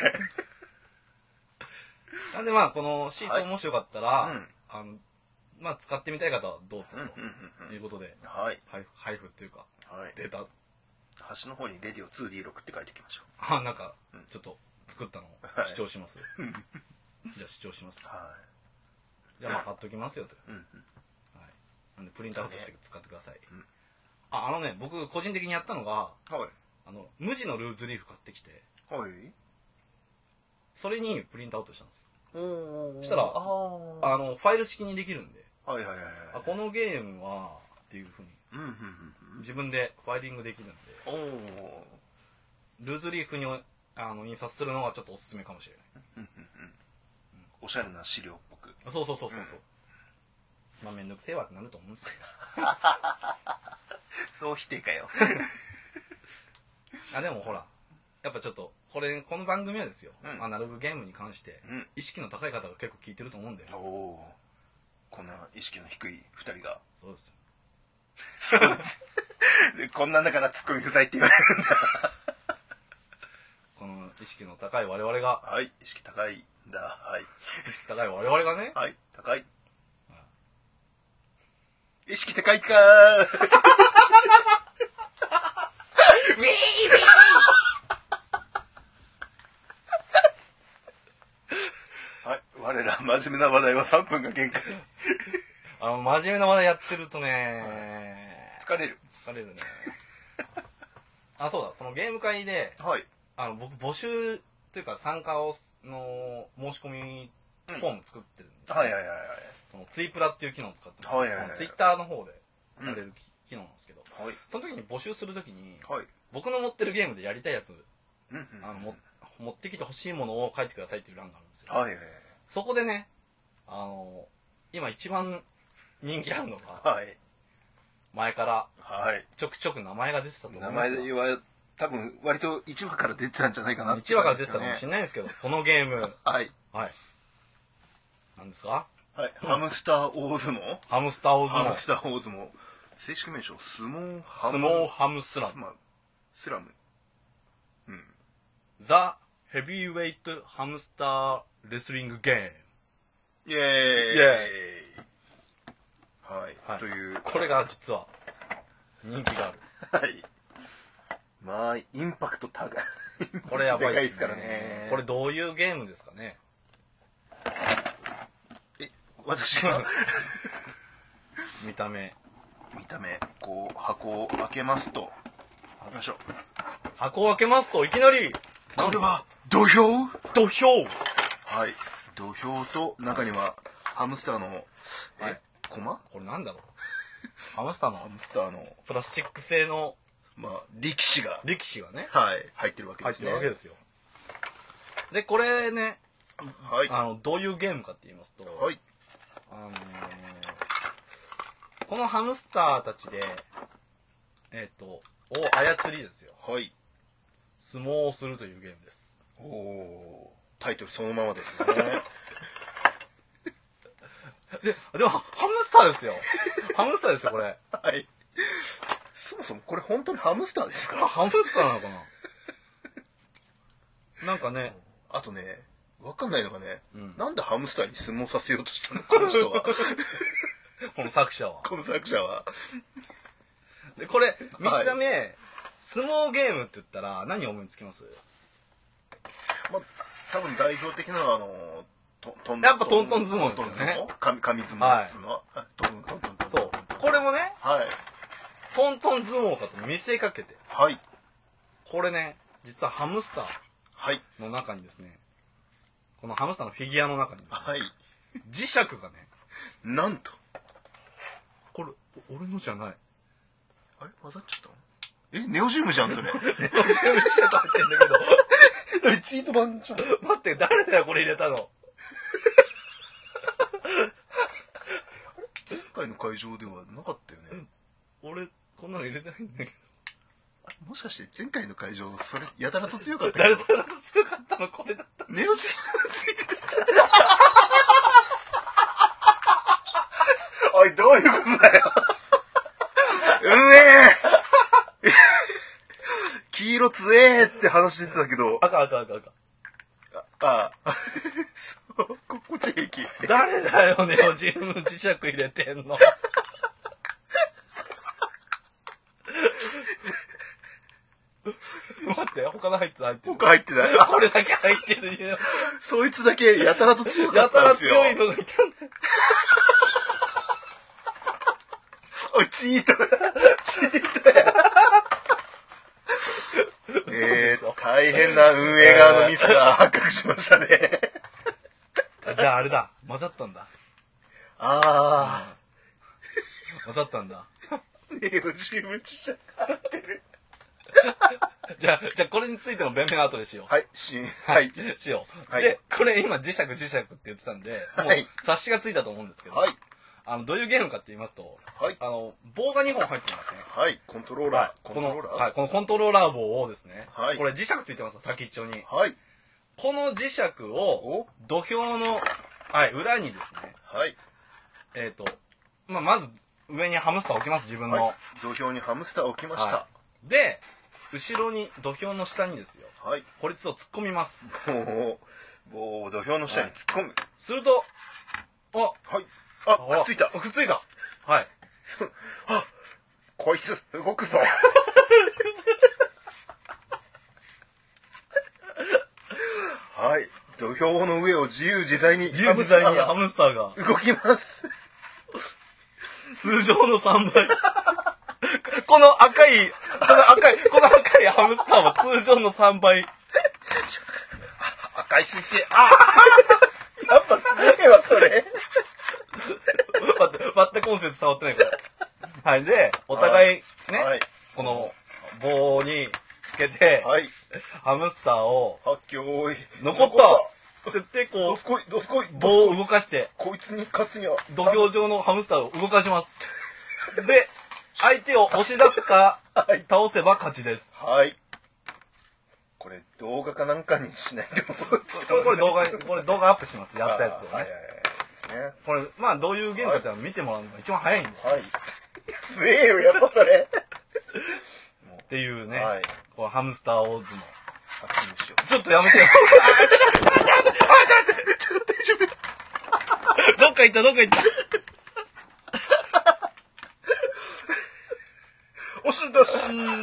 なんでまあこのシートもしよかったら、はい、うん、あのまあ使ってみたい方はどうぞということで、 はい、 配布っていうか、はい、データ端の方にレディオ ツーディーろく って書いておきましょう。 あ、なんかちょっと作ったのを視聴します。はい、じゃあ視聴します。はい。じゃあまあ貼っときますよと。うんうん、はい。なんでプリントアウトして使ってください。うん、ああのね、僕個人的にやったのが、はい、あの無地のルーズリーフ買ってきて、はい、それにプリントアウトしたんですよ。そしたらあのファイル式にできるんで、はいはいはいはい、あこのゲームはっていうふうに自分でファイリングできるんで、ルーズリーフにあの印刷するのがちょっとおすすめかもしれない。 おしゃれな資料っぽく。 そうそうそうそうそう、うん、まあめんどくせえわってなると思うんですけどそう否定かよあでもほらやっぱちょっとこれこの番組はですよ、うん、アナログゲームに関して意識の高い方が結構聞いてると思うんで、うん、おおこんな意識の低いふたりが。 そうですそうですこんなんだからツッコミ不在って言われるんだこの意識の高い我々が、 はい、意識高いんだ、はい、 意識高い我々がね、 はい、高い、はい、意識高いかーウィーウィーはい、我ら真面目な話題はさんぷんが限界あの真面目な話題やってるとね、 はい、疲れる疲れるねあ、そうだ、そのゲーム会で、はい、あの僕募集というか参加をの申し込みフォーム作ってるんです、うん、はいはいはいはい、そのツイプラっていう機能を使ってる、はいはいはいはい、ツイッターの方でやれる機能なんですけど、はい、その時に募集する時に、はい、僕の持ってるゲームでやりたいやつ、うんうんうん、あのも持ってきてほしいものを書いてくださいっていう欄があるんですよ、はいはいはい、そこでね、あの今一番人気あるのが、はい、前からちょくちょく名前が出てたと思います。 名前は多分割といちわから出てたんじゃないかなって、ね、 いちわから出てたかもしれないですけど、このゲームはいはい何ですか、 はい、ハムスター大相撲、 ハムスター大相撲、 ハムスター大相撲、正式名称相撲ハム相撲ハムスラムスラム、うん、 ザ・ヘビーウェイトハムスターレスリングゲーム、 イエーイ、イエーイ、はい、はい、というこれが実は人気がある。はい。 まあインパクト高い。 これやばいですからね。これどういうゲームですかね。 え、私が見た目。 見た目こう箱を開けますと、よいしょ。 箱を開けますといきなりこれは土俵？ 土俵。 はい。土俵と中にはハムスターのえ、はい、コマ？ これなんだろう。ハムスターのハムスターのプラスチック製のまあ力士が力士がね、 はい、入ってるわけですね。 入ってるわけですよ。でこれね、はい、あのどういうゲームかって言いますと、はい、あのー、このハムスターたちでえっ、ー、とを操りですよ。はい。相撲をするというゲームです。 おお、タイトルそのままですね。 で, でもハムスターですよ。ハムスターですよこれ。はい。 そもそもこれ本当にハムスターですか？ ハムスターなのかな。なんかね。 あとね、わかんないのがね、うん、なんでハムスターに相撲させようとしたのこの人は。 この作者は。 この作者は。 でこれ見た目、はい、相撲ゲームって言ったら何を思いつきます？ まあ多分代表的なのはあの。 トントンやっぱトントン相撲ですよね。 紙相撲っていうのは、はい、トントントントンこれもね、 はい。 トントン相撲かと見せかけて、 はい。 これね、実はハムスターはい。 の中にですね、このハムスターのフィギュアの中に、 はい。 磁石がね、 なんと。 これ、俺のじゃない。 あれ混ざっちゃったの？え、ネオジウムじゃん、それ。ネオジウム磁石入ってんだけど。 あれ、チート版じゃん。 待って、誰だよ、これ入れたの。 前回の会場ではなかったよね。 俺、こんなの入れてないんだけど。 もしかして前回の会場、それ、やたらと強かった誰だと強かったのこれだった。 ネオジウムついてたじゃん。おい、どういうことだよ。運営黄色強えって話してたけど。 赤赤赤赤。 ああ。そう、ここっち平気。 誰だよ、ネオジウム磁石入れてんの。待って、他の入ってない。 他入ってない。 これだけ入ってるよ。 そいつだけやたらと強かやったたんですよ。 ら強いのがいたんだよ。 おい、チートや。チートや。えー、大変な運営側のミスが発覚しましたね。 じゃああれだ。混ざったんだ。 あー。混ざったんだ。 ネオジウム磁石入ってる。 じゃあ、じゃあこれについての弁明は後でしよう。 はい、し、はい。 しよう。 はい、 で、これ今磁石磁石って言ってたんで、もう察しがついたと思うんですけど、 はい。 あの、どういうゲームかって言いますと、 はい。 あの、棒がにほん入ってますね。 はい、コントローラー。 はい、 コントローラーはい、このコントローラー棒をですね、 はい。 これ磁石ついてます、先っちょに。 はい。 この磁石を土俵の、はい、裏にですね、 はい。 えっ、ー、と、まあ、まず上にハムスター置きます、自分の。はい、 土俵にハムスター置きました。はい、で、後ろに、土俵の下にですよ。 はい。 こいつを突っ込みます。 もう、もう土俵の下に突っ込む。はい、 すると、あ、 はい。あ、くっついた。 くっついた。はい。 あ、こいつ動くぞ。はい。土俵の上を自由自在に自由自在にハムスターが動きます。 通常のさんばい。この赤い、この赤い、この赤いハムスターは通常のさんばい。 赤い水星。ああやっぱ強いわ、それ。 待って、全く音声伝わってないから。はい。で、お互いね、はい、この棒につけて、はい、ハムスターを、 はっきょい。 残ったって言って、こう、 どすこい、どすこい、 棒を動かして、 こいつに勝つには、 土俵上のハムスターを動かします。で、相手を押し出すか、はい、倒せば勝ちです。 はい。これ動画かなんかにしないとこれこれ動画これ動画アップします。やったやつをね。はいはいはいね、これまあどういうゲームかっていうのを見てもらうのが一番早いんで。 はい。すげえよやっぱそれ。 っていうね。はい、このハムスター大相撲。 ちょっとやめてよ。あちょっと待って待って待ってちょっと大丈夫。どっか行ったどっか行った。 押し出し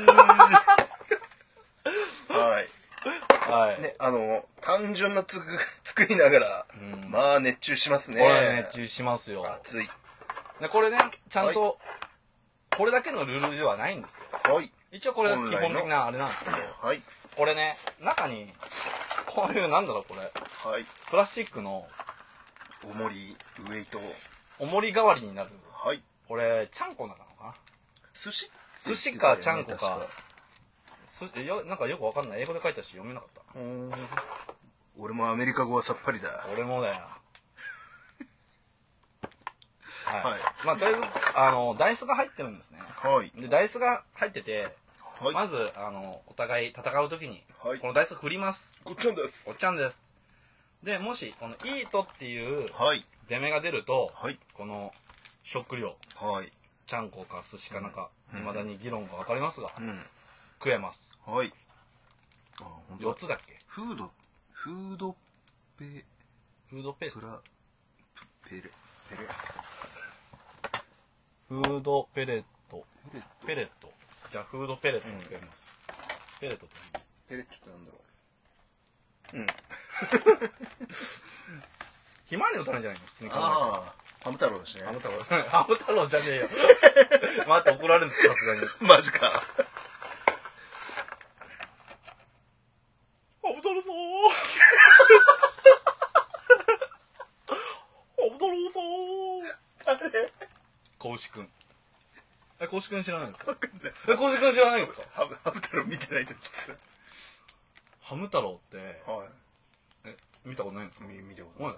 はいはいね、あの単純なつく作りながら、うん、まあ熱中しますね。 これ熱中しますよ。 熱い。 でこれねちゃんと、はい、これだけのルールではないんですよ。はい。一応これが基本的なあれなんですけど、はい。これね中にこういうなんだろうこれ、はい。プラスチックの重りウエイト重り代わりになる。 はい。 これちゃんこなのかな。 寿司寿司かちゃんこか。すよなんかよくわかんない英語で書いたし読めなかった。 うん俺もアメリカ語はさっぱりだ。 俺もだよ。はい、はい、まあとりあえずあのダイスが入ってるんですね。はいでダイスが入ってて、はい、まずあのお互い戦う時に、はい、このダイス振ります。 ごっちゃんです。 ごっちゃんです。でもしこのイートっていう出目が出ると、はい、この食料、はい、ちゃんこか寿司かなんか、うん、未だに議論が分かりますが、うん、食えます。はい。あ、本当だ。よっつだっけ？ フード、フードペ、 フードペースト。 プラ、ペレ、ペレ。 フードペレット。ペレット。じゃあフードペレットを使います。うん、ペレットって何？ ペレットってなんだろう。うん。 ひまわりの種じゃないの？普通に考えて。 ハム太郎だしね。 ハム太郎ハム太郎じゃねえよ待って怒られるんですさすがにマジか。 ハム太郎さんハム太郎さん誰？子牛くん。え、子牛くん知らないですか？え、子牛くん知らないですか？ ハム太郎見てないんだ実は。 ハム太郎って、 はい。 え、見たことないんですか？ 見たことない。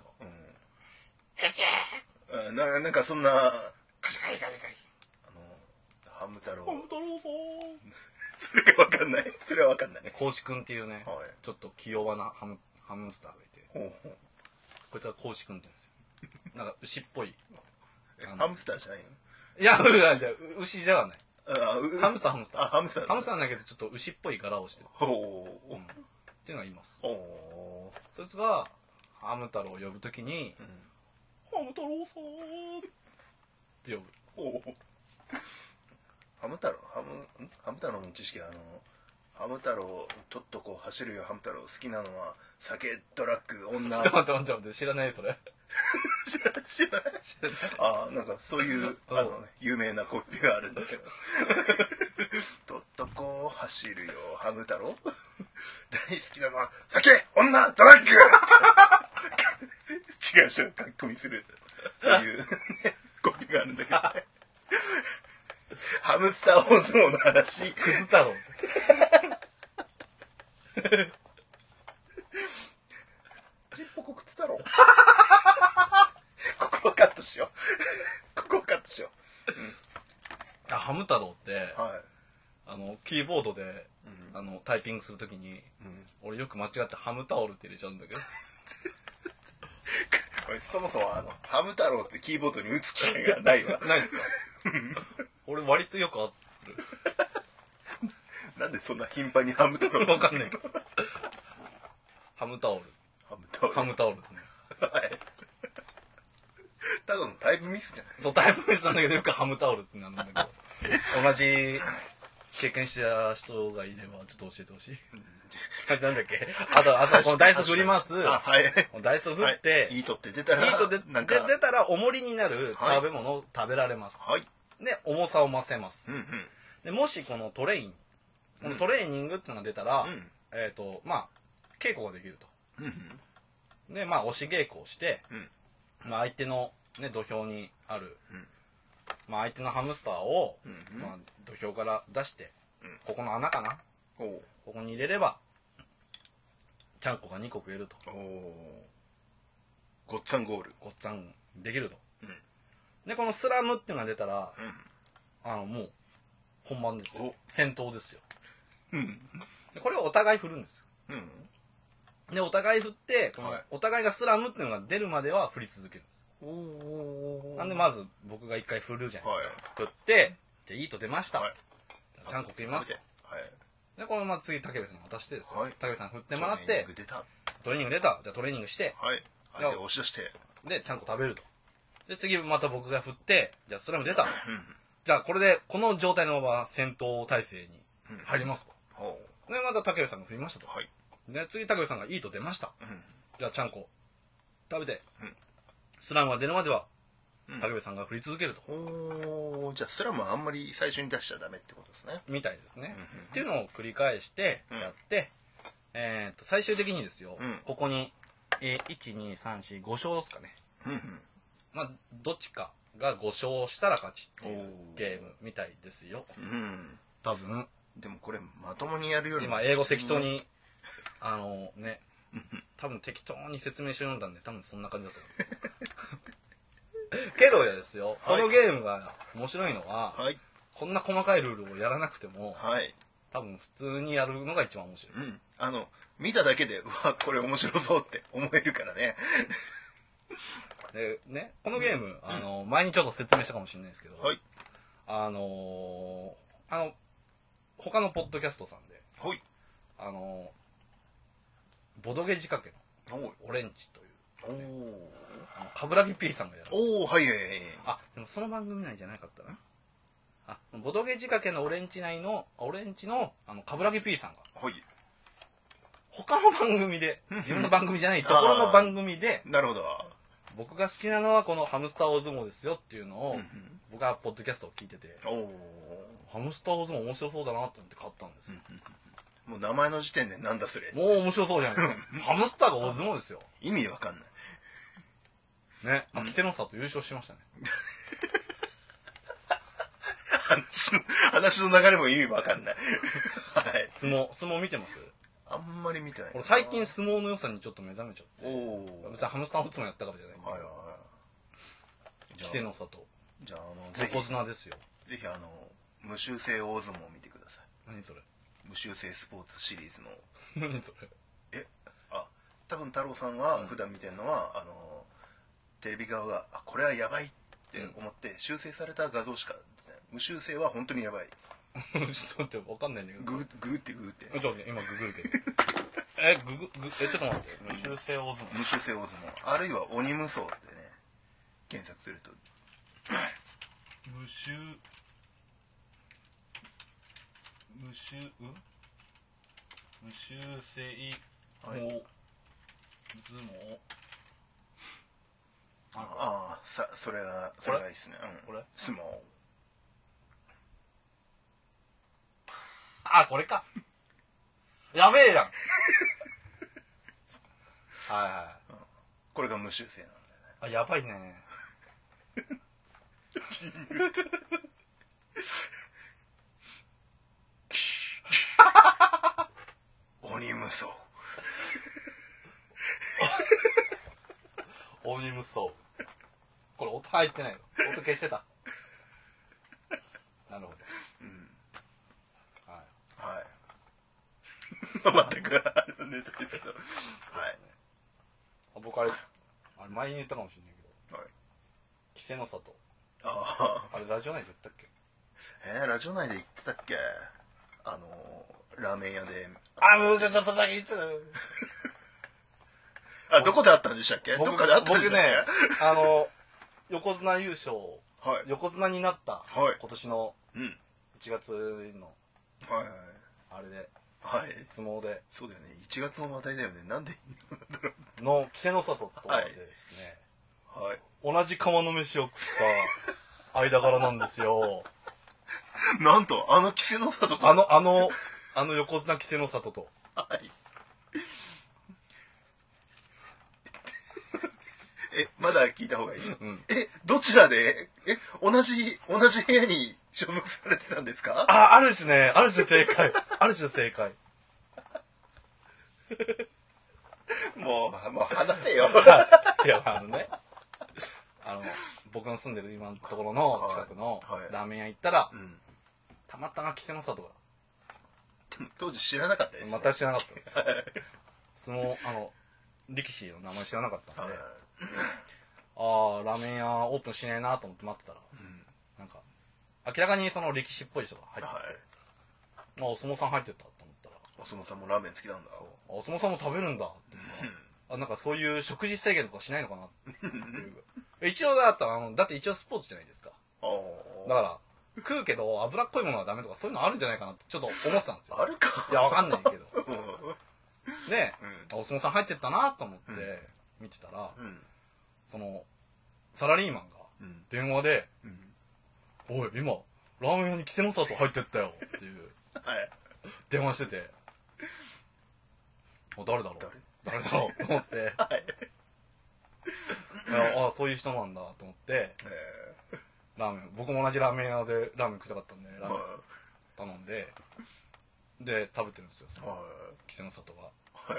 うん。 ななんかそんなカシカリカシカリ。 あのハム太郎。 ハム太郎さん。 それがわかんない。それはわかんない。 子牛くんっていうね、ちょっと気弱なハムハムスターがいて、 ほうほう。 こいつは子牛くんって言うんですよ。なんか牛っぽい。 ハムスターじゃないの？ いや、じゃ牛ではない。ハムスターハムスター。 あ、ハムスター。 ハムスターなんだけどちょっと牛っぽい柄をしてる。 ほう。 っていうのがいます。 おお。 そいつがハム太郎を呼ぶときに、ハム太郎さんって呼ぶ。 おお。ハム太郎、ハムハム太郎の知識はあのハム太郎とっとこう走るよハム太郎好きなのは酒ドラッグ女。 ちょっと待って待って待って知らないそれ。 知らない知らない。ああなんかそういうあの、ね、有名なコピーがあるんだけど。とっとこ走るよハム太郎。大好きなのは酒女ドラッグ。違う人が書き込みするそういう、ね、コピーがあるんだけど、ね。ハムスター大相撲の話。 クズ太郎。 ちっぽこくつ太郎。ここをカットしよう。ここをカットしよう。 うん、あハム太郎って、はい、あのキーボードで、うん、あのタイピングするときに、うん、俺よく間違ってハムタオルって入れちゃうんだけど。 そもそもあのハム太郎ってキーボードに打つ機会がないわ。 ないですか？俺割とよくある。 なんでそんな頻繁にハム太郎？ わかんないけど。ハムタオル。 ハムタオル。 ハムタオルですね。 はい。ただのタイプミスじゃない？ そうタイプミスなんだけどよくハムタオルってなんだけど。同じ経験した人がいればちょっと教えてほしい。なんだっけ？あとあとこのダイス振ります。 あはい。 ダイス振って、 いいとって出たら、 いいとで出たら重りになる食べ物を食べられます。はい。で重さを増せます。うんうん。でもしこのトレイン、このトレーニングっていうのが出たら、えっとまあ稽古ができると。うん。でまあ押し稽古をして、まあ相手のね土俵にある、まあ相手のハムスターをまあ土俵から出して、ここの穴かな。ここに入れれば。ちゃんこがにこ食えると。おお。 ごっつぁんゴール。 ごっつぁんできると。うん、でこのスラムっていうのが出たら、うん、あのもう本番ですよ。戦闘ですよ。うん、でこれをお互い振るんですよ。うん、でお互い振ってこの、はい、お互いがスラムっていうのが出るまでは振り続けるんです。おお。なんでまず僕が一回振るじゃないですか。はい、振ってじゃあいいと出ました。はい、じゃあちゃんこ食いますと。はいでこのまま次武部さんに渡してですよ、はい、武部さん振ってもらってトレーニング出たじゃあトレーニングしてはい相手を押し出してでちゃんこ食べるとで次また僕が振ってじゃあスラム出た、うん、じゃあこれでこの状態のまま戦闘態勢に入りますと、うん、でまた武部さんが振りましたと、はい、で次武部さんがいいと出ました、うん、じゃあちゃんこ食べて、うん、スラムが出るまでは武部さんが振り続けると。 おじゃあスラムはあんまり最初に出しちゃダメってことですね。 みたいですね。っていうのを繰り返してやって、うん、えー、と最終的にですよ、うん、ここに、えー、いちにさんしご勝ですかね。うんうん、まあどっちかがご勝したら勝ちっていうゲームみたいですよ。うん、多分。 でもこれまともにやるより今英語適当にあのね多分適当に説明書読んだんで多分そんな感じだと思う。けどですよ、はい、このゲームが面白いのは、はい、こんな細かいルールをやらなくても、はい、多分普通にやるのが一番面白い、うん、 あの見ただけでうわこれ面白そうって思えるからね。 でねこのゲーム、うん、あの前にちょっと説明したかもしれないですけど、はい、あのー、あの他のポッドキャストさんで、はい、あのー、ボドゲ仕掛けのオレンジという、ね、お冠城 P さんがやる。 おおはいはいはい。 あでもその番組内じゃなかったな。あボドゲ仕掛けのオレンジ内のオレンジのあの冠城 P さんが。はい。他の番組で自分の番組じゃないところの番組で。 なるほど。 僕が好きなのはこのハムスター大相撲ですよっていうのを、うんうん、僕はポッドキャストを聞いてて、ハムスター大相撲面白そうだなって思って買ったんです、うんうん、もう名前の時点でなんだそれ、 もう面白そうじゃないですかハムスターが大相撲ですよ。 意味わかんないね、あ、稀勢の里優勝しましたね話の話の流れも意味わかんないはい、相撲相撲見てます？ あんまり見てない。 俺最近相撲の良さにちょっと目覚めちゃって。おお。別にハムスターの相撲やったからじゃないんだけど。はいはいはい。稀勢の里。じゃああの横綱ですよ。 ぜひあの無修正大相撲を見てください。 何それ？ 無修正スポーツシリーズの。 何それ？ え、あ、多分太郎さんは普段見てるのは、うん、あのテレビ側があこれはやばいって思って修正された画像しか、無修正は本当にやばい。 ちょっと待って分かんないんだけど。 ググってグって。 ちょっと待って今ググるけど。えグググえちょっと待って無修正大相撲。 無修正大相撲あるいは鬼無双ってね検索すると。 無修無修うん無修正大相撲。 ああさそれがそれがいいですね。うん、これ相撲。 あ、これか。やべえやん。はいはい、 うん。これが無修正なんだよね。 あ、やばいね。 鬼無双。 鬼無双。これ音入ってないの。音消してた。なるほど。うん。 はい。全くあれのネタですけど。はい。 僕あれ、あれ前に言ったかもしれないけど。はい。稀勢の里。ああ。あれラジオ内で言ったっけ？ えー、ラジオ内で言ってたっけ？あのー、ラーメン屋で。 あ、もうちょっとだけ言ってた。 あ、どこであったんでしたっけ？どっかであったんでしたっけ？僕ね、 あの、横綱優勝、はい、横綱になった、はい、今年のいちがつの、はいはい、あれで、はい、相撲で。 そうだよね、いちがつの話題だよね。なんでなんだろう。の、稀勢の里とかでですね、はい、同じ釜の飯を食った間柄なんですよ。 なんと、あの稀勢の里と。 あの、あの、あの横綱稀勢の里と。はい。 え、まだ聞いた方がいい、うん、え、どちらで、え、同じ、同じ部屋に所属されてたんですか？ あ、ある種ね、ある種正解。ある種正解。 もう、もう話せよ。 いや、あのね、あの、僕の住んでる今のところの近くのラーメン屋行ったら、はいはい、うん、たまたま稀勢の里が。 当時知らなかったですね。 また知らなかったです。その、あの、力士の名前知らなかったんで、はい、ああラーメン屋オープンしねえなと思って待ってたら、うん、なんか明らかにその力士っぽい人が入ってて、はい、まあお相撲さん入ってたと思ったら、 お相撲さんもラーメン好きなんだ。 お相撲さんも食べるんだって、うん、あなんかそういう食事制限とかしないのかなっていう一応だったらあのだって一応スポーツじゃないですか。だから食うけど脂っこいものはダメとかそういうのあるんじゃないかなってちょっと思ってたんですよ。 あるかいやわかんないけどで、うん、お相撲さん入ってったなと思って見てたら、うん、そのサラリーマンが電話で「うん、おい今ラーメン屋に稀勢の里入ってったよ」っていう、はい、電話してて「あ誰だろう誰だろう?」と思って、はい、ああそういう人なんだと思って、ラーメン僕も同じラーメン屋でラーメン食いたかったんでラーメン頼んでで食べてるんですよその稀勢の里が。はい、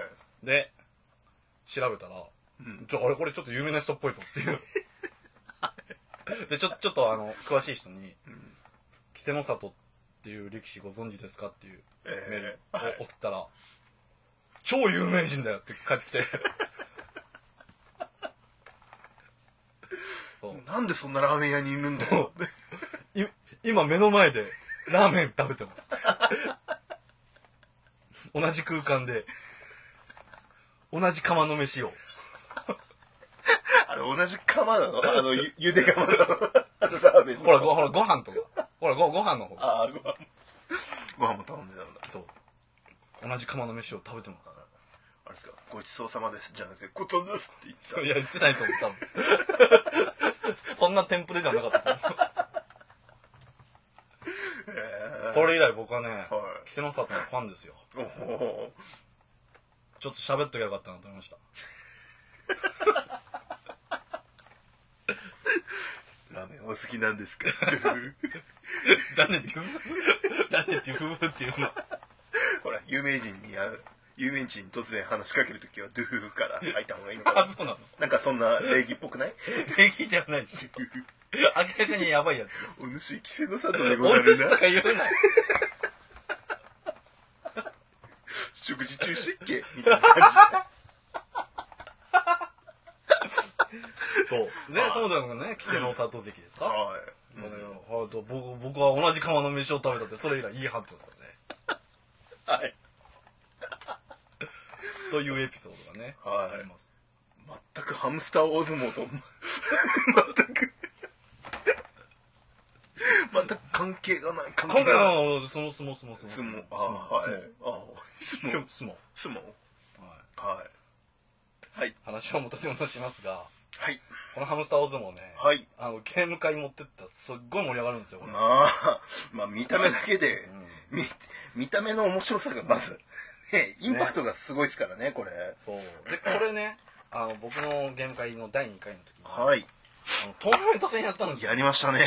で調べたら、うん、ちょあれこれちょっと有名な人っぽいぞっていうでちょちょっとあの詳しい人に「稀勢の里っていう力士ご存知ですか?」っていうメールを送ったら、はい「超有名人だよ」って返ってきてなんでそんなラーメン屋にいるんだよ今目の前でラーメン食べてます同じ空間で同じ釜の飯をあれ同じ釜なの？あのゆゆで釜なの？あのラーメンのほらごほらご飯とかほら ご, ご飯の方ああご飯ご飯も頼んでたんだ。 そう同じ釜の飯を食べてます。 れですか、ごちそうさまですじゃなくてごちそうですって言った。 いや言ってないと思う多分こんなテンプレではなかったと思うえー、それ以来僕はね、はい、稀勢の里のファンですよ。おお、ちょっと喋っときゃよかったなと思いましたラーメンお好きなんですかなんでデュフなんでデュフフっていうのほら有名人に有名人に突然話しかけるときはドゥフフから入った方がいいのかな。 あ、そうなの。 なんかそんな礼儀っぽくない？ 礼儀ではないし明らかにやばいやつ。 お主稀勢の里でござるな。 お主とか言うな食事中してっけみたいな感じそうね、そうだよね、稀勢の里関ですか。はい、うん、僕僕は同じ釜の飯を食べたってそれ以来いい判定ですからね。はいというエピソードがね、はい、あります。 全くハムスター大相撲と全く全く関係がない関係がない相撲相撲相撲相撲あはいあ相撲相撲相撲はいはい話を元に戻しますが、 はい、 このハムスター大相撲ね、はい、あのゲーム会持ってったらすっごい盛り上がるんですよ。 まあまあ見た目だけで、うん、見見た目の面白さがまずね、インパクトがすごいですからね、これ。 そうでこれね、あの僕のゲーム会のだいにかいの時に、 はい、 あのトーナメント戦やったんですよ。 やりましたね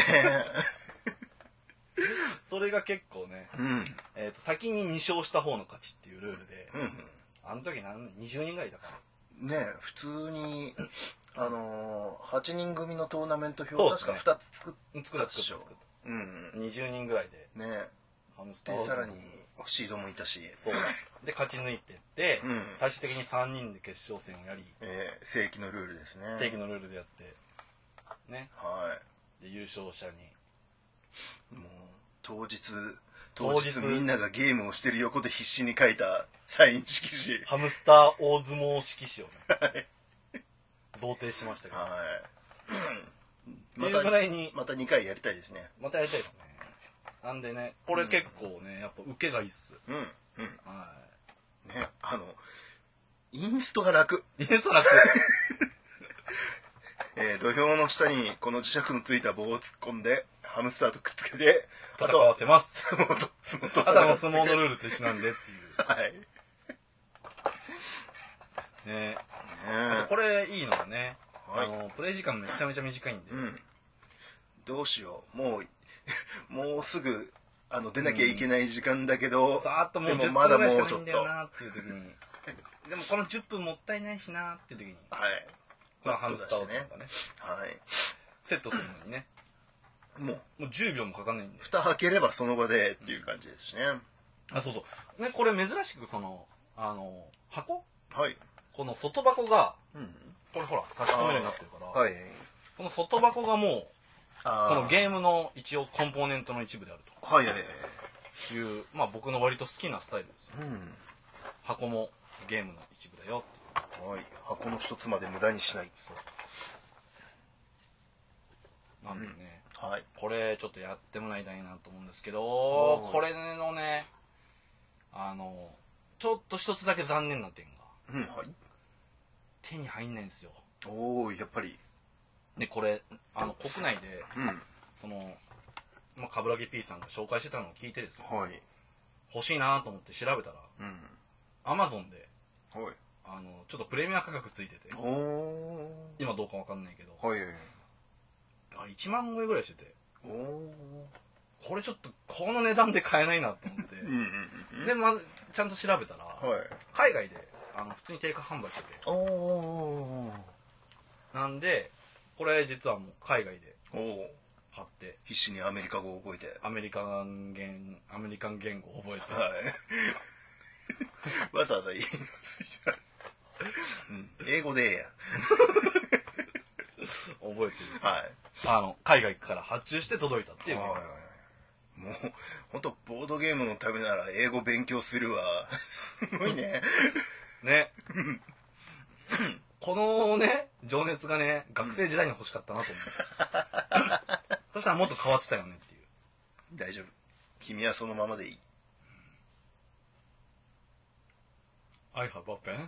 それが結構ね、うん、えー、と先にに勝した方の勝ちっていうルールで、うんうん、あの時何にじゅうにんぐらいだからね、普通にあのー、はちにん組のトーナメント表を確かふたつ作った作った作った、うんうん、にじゅうにんぐらいでね、ハムスターでさらにシードもいたし、 そうで勝ち抜いてって、うん、最終的にさんにんで決勝戦をやり、 えー、正規のルールですね。 正規のルールでやってね、 はい、 で優勝者にもう当日当日みんながゲームをしてる横で必死に書いたサイン色紙、 ハムスター大相撲色紙をね贈呈しましたけど、はい、っていうぐらいにまたにかいやりたいですね。 またやりたいですね。なんでね、これ結構ね、やっぱ受けがいいっす。うん、うん。 はい。ね、あの、インストが楽。 インスト楽。 えー、土俵の下にこの磁石のついた棒を突っ込んで、ハムスターとくっつけて、 戦わせます。相撲と、相撲と。あとは相撲のルールと一緒なんでっていう。はい。ねえ。これいいのがね、はい、あの、プレイ時間めちゃめちゃ短いんで。うん。 どうしよう。もう、もうすぐあの出なきゃいけない時間だけど、 ざーっともうじゅっぷんぐらいしかないんだよなっていう時にでもこのじゅっぷんもったいないしなっていう時に、はい、このハムスターを使ったね、はい、セットするのにね、もうもうじゅうびょうもかかんないんで、 蓋開ければその場でっていう感じですしね、 うん、あ、そうそうね、これ珍しくそのあの箱、 はい、 この外箱が、うん、これほら差し込めるようになってるから、はい、この外箱がもうこのゲームの一応コンポーネントの一部であると、はいはいはい、いう、まあ、僕の割と好きなスタイルですよ、うん、箱もゲームの一部だよっていう、 はい、箱の一つまで無駄にしない、 そうなんでね、うん、はい、これちょっとやってもらいたいなと思うんですけど、これのね、あのちょっと一つだけ残念な点が、うん、はい、手に入んないんですよ。 おー、やっぱりでこれあの国内で、うん、その、まあ、冠城 P さんが紹介してたのを聞いてですね、はい、欲しいなと思って調べたら、うん、アマゾンで、はい、あのちょっとプレミア価格ついてて、今どうかわかんないけど、はい、あいちまん超えぐらいしてて、おこれちょっとこの値段で買えないなと思ってで、ま、ちゃんと調べたら、はい、海外であの普通に定価販売してて、なんでこれ実はもう海外で買って必死にアメリカ語を覚えて、 アメリカン言アメリカン言語を覚えて、 はい、わざわざいい、うん、英語でええや覚えてるんです、はい、あの海外から発注して届いたっていうゲームです。 もう本当ボードゲームのためなら英語勉強するわすごいねねこのね情熱がね学生時代に欲しかったなと思う、うん、そしたらもっと変わってたよねっていう。 大丈夫、君はそのままでいい。 I have a pen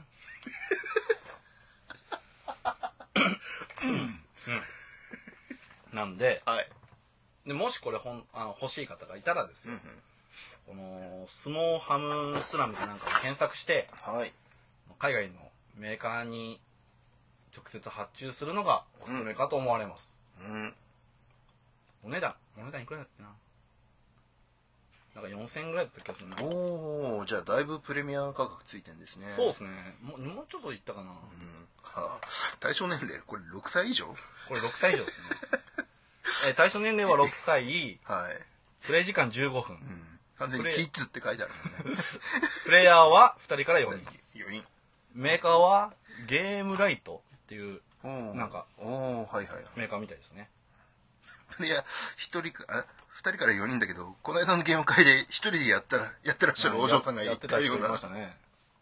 うんなんで、 はい、 でもしこれほんあの欲しい方がいたらですよ、うんうん、このスモーハムスラムかなんかを検索して、はい、海外のメーカーに直接発注するのがおすすめかと思われます、うんうん、お値段お値段いくらだっけな、なんかよんせんえんぐらいだった気がするな。 おお、じゃあだいぶプレミア価格ついてんですね。 そうですね、もうもうちょっといったかな、うん、 はあ、対象年齢これろくさい以上、 これろくさい以上ですねえ対象年齢はろくさい、はい、プレイ時間じゅうごふん、うん、 完全にキッズって書いてあるもんねプレイヤーはふたりからよにんよにん、 メーカーはゲームライトっていうなんかメーカーみたいですね。 いやひとりかあふたりからよにんだけど、この間のゲーム会でひとりでやったらやってらっしゃるお嬢さんがいたような。 ましたね。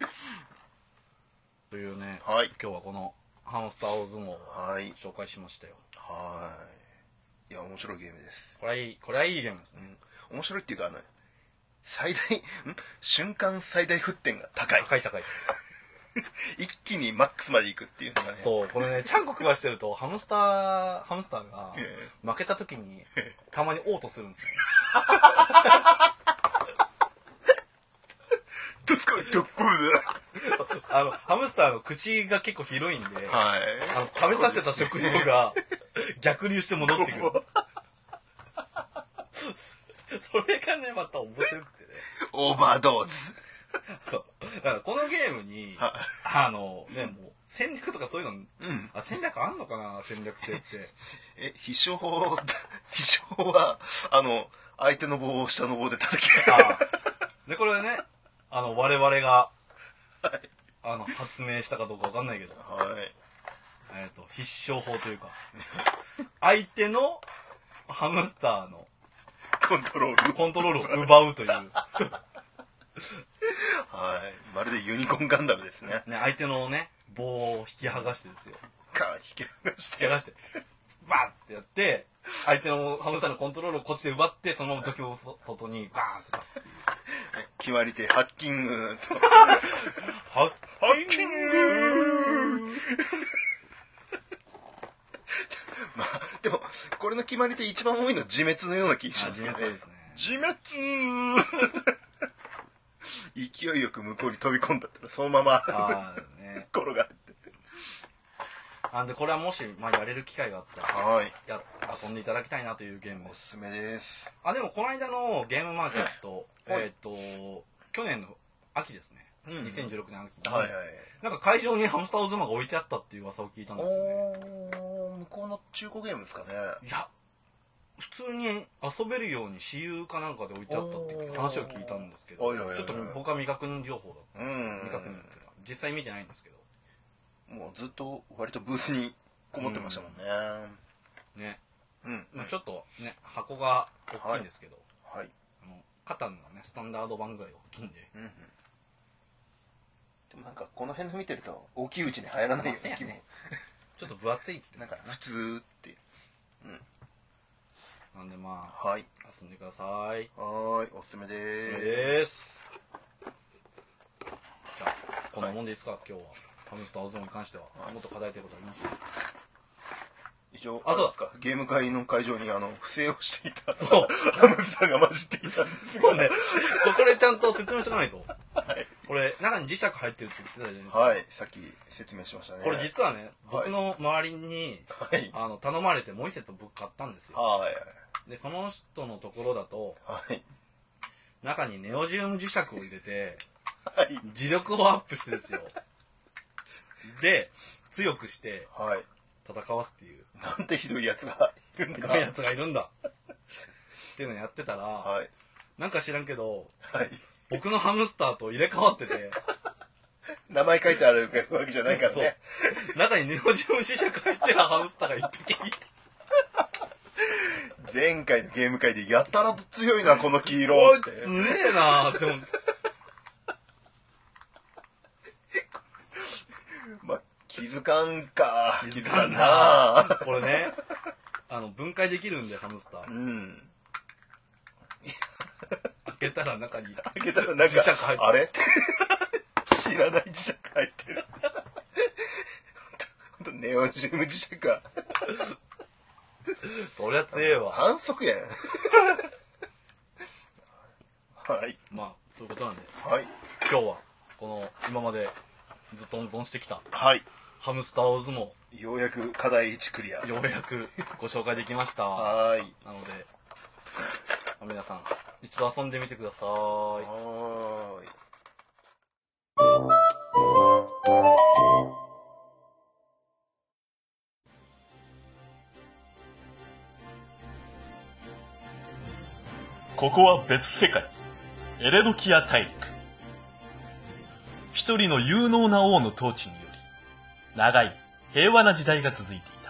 というね、はい、今日はこのハムスター大相撲を紹介しましたよ。 はい。いや面白いゲームです。 これはいいこれはいいゲームですね。 うん、面白いっていうかあの最大ん瞬間最大沸点が高い。 高い高い。 一気にマックスまで行くっていうのがね。 そうこれねちゃんこ食わしてるとハムスターハムスターが負けた時にたまに嘔吐するんですよね。 どっこいどっこいあのハムスターの口が結構広いんで、はい、あの食べさせた食料が逆流して戻ってくる。それがねまた面白くてね。 オーバードーズ。 そうだからこのゲームにあのねもう戦略とかそういうの、うん、あ戦略あんのかな、戦略性ってえ必勝法必勝法はあの相手の棒を下の棒で叩きあでこれねあの我々が、はい、あの発明したかどうかわかんないけど、はい、えーと必勝法というか相手のハムスターのコントロールコントロールを奪うというはい、まるでユニコーンガンダムですね。 ね、相手のね棒を引き剥がしてですよ。 か引き剥がして。 引き剥がして、バーってやって、相手のハムスターのコントロールをこっちで奪って、その土俵を外にバーンって出すっていう。 決まり手ハッキングと。 ハッキング。 まあでもこれの決まり手一番多いのは自滅のような気がしますね。 自滅ですね。 自滅。勢いよく向こうに飛び込んだったらそのままあ、ね、転がってなんでこれはもし、まあ、やれる機会があったら、はい、や遊んでいただきたいなというゲームです。 おすすめです。 あでもこの間のゲームマーケット、えっと去年の秋ですね、うん、にせんじゅうろくねん秋に、はいはい、なんか会場にハムスター大相撲が置いてあったっていう噂を聞いたんですよね。 向こうの中古ゲームですかね。 いや普通に遊べるように私有かなんかで置いてあったっていう話を聞いたんですけど、ちょっと僕は未確認情報だったんですけど、未確認っていうか実際見てないんですけど、 もうずっと割とブースにこもってましたもんね。 うん、ね、うん、まあちょっとね箱が大きいんですけど、はいはい、あのカタンのねスタンダード版ぐらい大きいんで、うんうん、 でもなんかこの辺の見てると大きいうちに入らないような気も、 ちょっと分厚いってなんか普通っていう、うん。 なんでまあ、はい、遊んでください。 はい、おすすめでーす。おすすめです。じゃあこんなもんでいいですか、はい、今日はハムスター大相撲に関しては、はい、もっと課題ということありますか。 一応あそうですか、ゲーム会の会場にあの不正をしていたそうハムスターが混じっていたんですそうね、これちゃんと説明しておかないと。はい、これ中に磁石入ってるって言ってたじゃないですか。 はい、さっき説明しましたね。 これ実はね、僕の周りに、はい、あの頼まれてもう一セット僕買ったんですよ。はい、でその人のところだと、はい、中にネオジウム磁石を入れて、はい、磁力をアップしてですよ。で強くして戦わすっていう、 はい、なんてひどいやつがいるんだ。 ひどいやつがいるんだっていうのやってたら、はい、なんか知らんけど、はい、僕のハムスターと入れ替わってて名前書いてあるわけじゃないからね。 中にネオジウム磁石入ってるハムスターが一匹前回のゲーム会でやたらと強いなこの黄色って。こいつ強えなーって思ってまあ気づかんか気づかんなこれね、あの分解できるんでハムスター、うん、開けたら中に開けたら中磁石入ってあれ知ららない磁石入ってる。ほんとネオジウム磁石か。 そりゃ強えわ。 反則やん。はい。 まあそういうことなんで、 はい、 今日はこの今までずっと温存してきた、 はい、 ハムスターオズもようやく課題いちクリア、 ようやくご紹介できました。 はい。 なので皆さん一度遊んでみてください。はーい。 ここは別世界、エレドキア大陸。一人の有能な王の統治により、長い平和な時代が続いていた。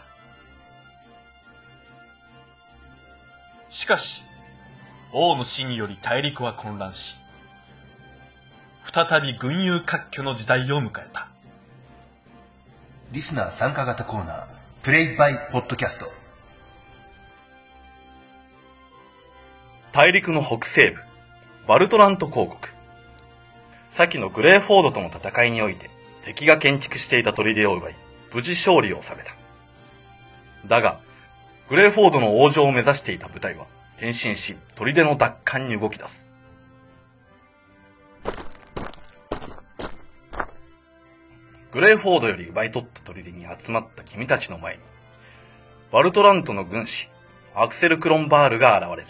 しかし、王の死により大陸は混乱し、再び群雄割拠の時代を迎えた。 リスナー参加型コーナー、プレイバイポッドキャスト。 大陸の北西部、バルトラント公国。先のグレーフォードとの戦いにおいて、敵が建築していた砦を奪い、無事勝利を収めた。だが、グレーフォードの王城を目指していた部隊は、転身し、砦の奪還に動き出す。グレーフォードより奪い取った砦に集まった君たちの前に、バルトラントの軍師、アクセル・クロンバールが現れる。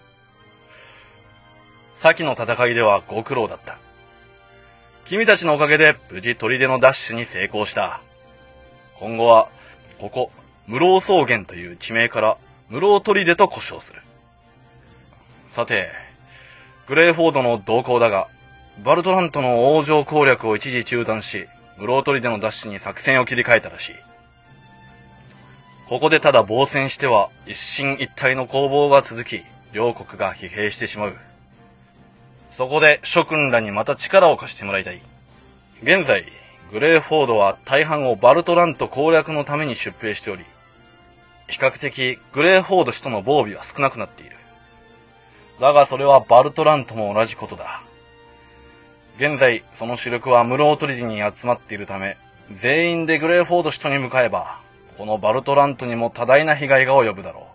先の戦いではご苦労だった。君たちのおかげで無事砦の奪取に成功した。今後は、ここ、無老草原という地名から無老砦と呼称する。さて、グレーフォードの動向だが、バルトラントの王城攻略を一時中断し、無老砦の奪取に作戦を切り替えたらしい。ここでただ防戦しては一進一退の攻防が続き、両国が疲弊してしまう。そこで諸君らにまた力を貸してもらいたい。現在、グレーフォードは大半をバルトラント攻略のために出兵しており、比較的グレーフォード氏との防備は少なくなっている。だがそれはバルトラントも同じことだ。現在、その主力はムロートリディに集まっているため、全員でグレーフォード氏とに向かえば、このバルトラントにも多大な被害が及ぶだろ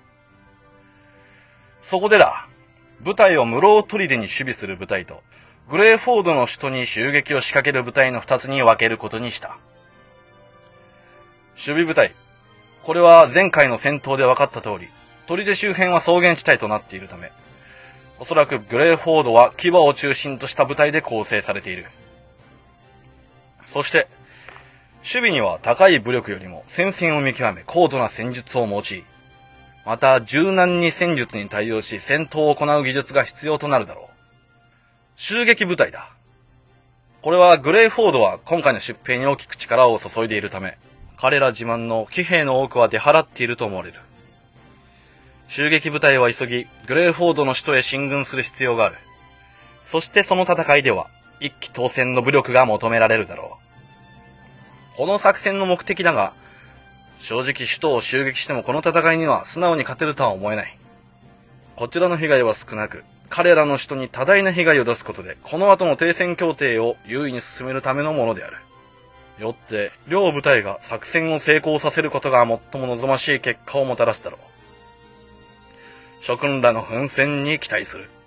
う。そこでだ。部隊をムロートリデに守備する部隊と、グレーフォードの首都に襲撃を仕掛ける部隊の二つに分けることにした。守備部隊。これは前回の戦闘で分かった通り、砦周辺は草原地帯となっているため、おそらくグレーフォードは牙を中心とした部隊で構成されている。そして、守備には高い武力よりも戦線を見極め高度な戦術を用い、また柔軟に戦術に対応し戦闘を行う技術が必要となるだろう。襲撃部隊だ。これはグレーフォードは今回の出兵に大きく力を注いでいるため、彼ら自慢の騎兵の多くは出払っていると思われる。襲撃部隊は急ぎ、グレーフォードの首都へ進軍する必要がある。そしてその戦いでは、一騎当選の武力が求められるだろう。この作戦の目的だが、正直首都を襲撃してもこの戦いには素直に勝てるとは思えない。こちらの被害は少なく、彼らの首都に多大な被害を出すことで、この後の停戦協定を優位に進めるためのものである。よって、両部隊が作戦を成功させることが最も望ましい結果をもたらすだろう。諸君らの奮戦に期待する。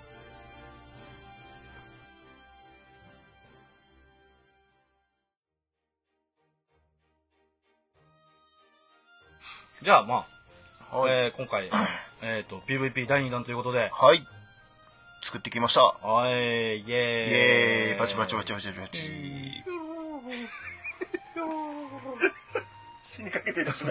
じゃあまあ、はい、えー、今回、えっと ピーブイピー だいにだんということで、 はい、作ってきました。 はい、イエーイ。イエーイ、パチパチパチパチパチ。死にかけてるしない。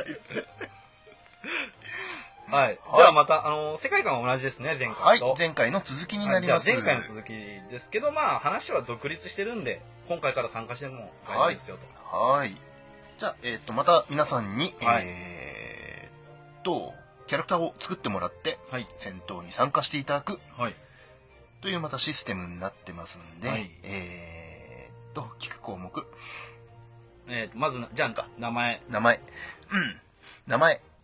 はい。じゃあまた、あの、世界観は同じですね、前回と。 はい、前回の続きになります。 前回の続きですけど、まあ、話は独立してるんで、今回から参加しても大丈夫ですよと。 はい。はい。じゃあ、えっと、また皆さんに、はい、えーっと、キャラクターを作ってもらって、はい、戦闘に参加していただく、はい、というまたシステムになってますんで、はい、えーっと、聞く項目。 えーっと、まず、じゃんか、名前。 名前。うん。名前。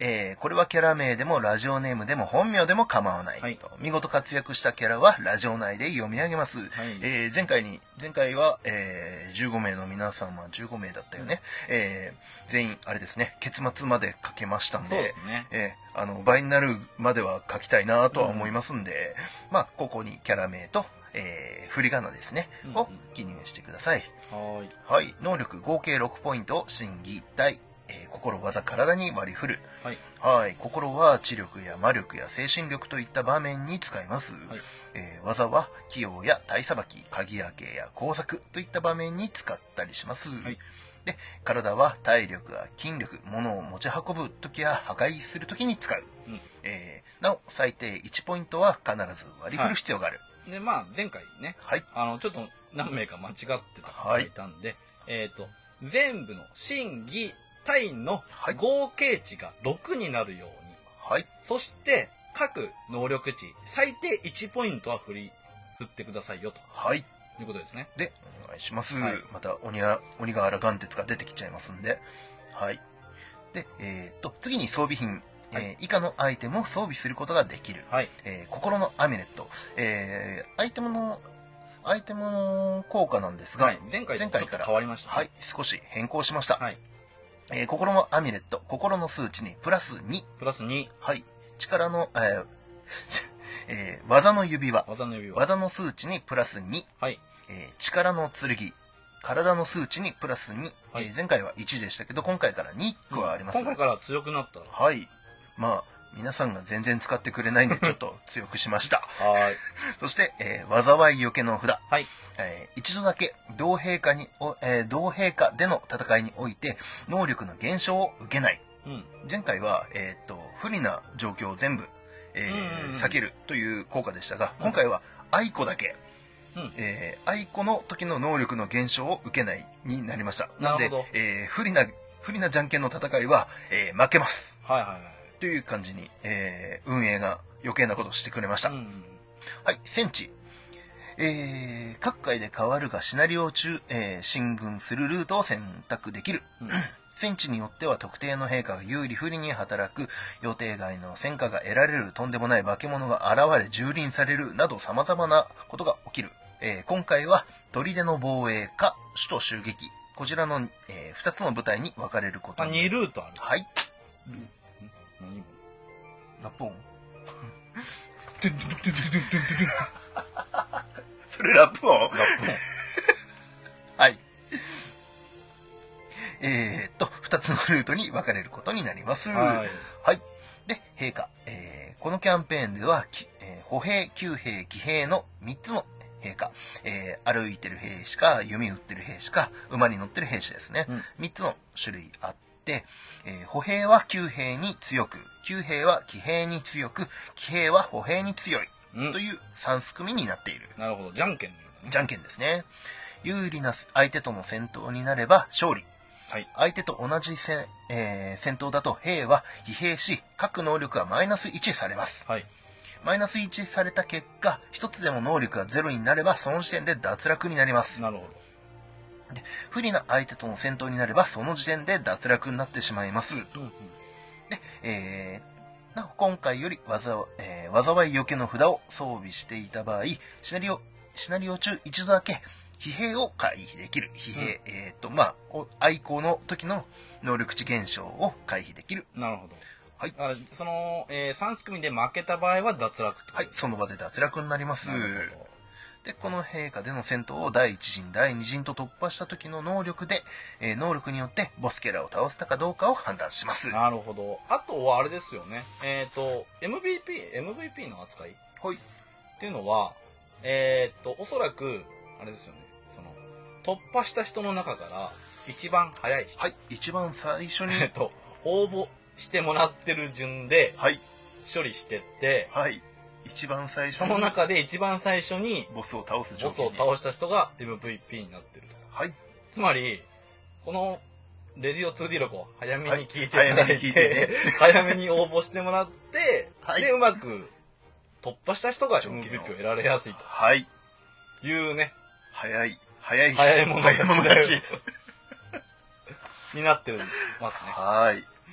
えー、これはキャラ名でもラジオネームでも本名でも構わないと、はい、見事活躍したキャラはラジオ内で読み上げます。はい、えー、前回に、前回は、えー、じゅうごめいの皆様、じゅうごめいだったよね。うん、えー、全員、あれですね、結末まで書けましたんで、そうですね、えー、あの、倍になるまでは書きたいなとは思いますんで、うん、まあ、ここにキャラ名と、えー、振り仮名ですね、うんうん、を記入してください。はい。はい。能力合計ろくポイントを心技体、えー、心、技、体に割り振る。はい。はい。心は知力や魔力や精神力といった場面に使います。はい。えー、技は器用や体さばき、鍵開けや工作といった場面に使ったりします。はい。で、体は体力や筋力、物を持ち運ぶときや破壊するときに使う。うん、えー、なお、最低いちポイントは必ず割り振る必要がある。はい、で、まあ、前回ね、はい。あの、ちょっと何名か間違ってた方がいたんで、はい、えっと、全部の心技体の合計値がろくになるように。はい。そして、各能力値、最低いちポイントは振り、振ってくださいよと。はい。いうことですね。で、お願いします。はい、また、鬼が、鬼瓦眼鉄が出てきちゃいますんで。はい。で、えっと、次に装備品。はい、えー、以下のアイテムを装備することができる。はい。えー、心のアミュレット。えー、アイテムの、アイテムの効果なんですが、はい、前回から変わりました、ね。はい。少し変更しました。はい。えー、心のアミュレット。心の数値にプラスに。プラスに。はい。力の、えーえー、技の指輪。技の指輪。技の数値にプラスに。はい。えー、力の剣。体の数値にプラスに。はい、えー、前回はいちでしたけど、今回からに加わります。うん、今回から強くなった。はい。まあ、皆さんが全然使ってくれないんで、ちょっと強くしました。はい。そして、えー、災いよけの札。はい。えー、一度だけ、同陛下に、えー、同陛下での戦いにおいて、能力の減少を受けない。うん。前回は、えっと、不利な状況を全部、えー、避けるという効果でしたが、今回は、愛子だけ。うん、えー、愛子の時の能力の減少を受けないになりました。なので、えー、不利な、不利なじゃんけんの戦いは、えー、負けます。はいはいはい。という感じに、えー、運営が余計なことをしてくれました。うん、はい、戦地。えー、各回で変わるがシナリオ中、えー、進軍するルートを選択できる。うん、戦地によっては特定の陛下が有利不利に働く、予定外の戦果が得られる、とんでもない化け物が現れ蹂躙されるなど様々なことが起きる。えー、今回は砦の防衛か首都襲撃、こちらの、えー、ふたつの部隊に分かれることに。あ、にルートある。はい。何ラップ音それラップ音ラップ音はい。えー、っと、ふたつのルートに分かれることになります。はい。はい。で、陛下。えー、このキャンペーンでは、えー、歩兵、騎兵、騎兵のみっつの陛下。えー、歩いてる兵士か、弓打ってる兵士か、馬に乗ってる兵士ですね。うん、みっつの種類あって、えー、歩兵は騎兵に強く、騎兵は騎兵に強く、騎兵は歩兵に強い。うん、というさん組になっている。なるほど。じゃんけんのようなね。じゃんけんですね。有利な相手との戦闘になれば勝利。はい。相手と同じ戦、えー、戦闘だと兵は疲弊し、各能力がマイナスいちされます。はい。マイナスいちされた結果、一つでも能力がゼロになれば、その時点で脱落になります。なるほど。で、不利な相手との戦闘になれば、その時点で脱落になってしまいます。うんうん、で、えー、なお今回より災、えー、災いよけの札を装備していた場合、シナリオ、シナリオ中一度だけ、疲弊を回避できる。疲弊、うん、えっと、まあ、愛好の時の能力値減少を回避できる。なるほど。はい。あその、えー、さん組で負けた場合は脱落ってことですか？はい。その場で脱落になります。で、この陛下での戦闘を第一陣、第二陣と突破した時の能力で、えー、能力によってボスキャラを倒せたかどうかを判断します。なるほど。あとはあれですよね。えっと、エムブイピー、エムブイピー の扱いはい。っていうのは、えっと、おそらく、あれですよね。その、突破した人の中から一番早い人。はい。一番最初に。えっと、応募してもらってる順で、はい。処理してって、はい。一番最初に。その中で一番最初に、ボスを倒す状況に。ボスを倒した人が エムブイピー になってると。はい。つまり、この、レディオ ツーディー ロゴ、早めに聞いていただいて、はい、早めに聞いてね。早めに応募してもらって、はい。で、うまく突破した人が エムブイピー を得られやすいと。はい。いうね。早い。早い。早いもの勝ちです。になってますね。はい。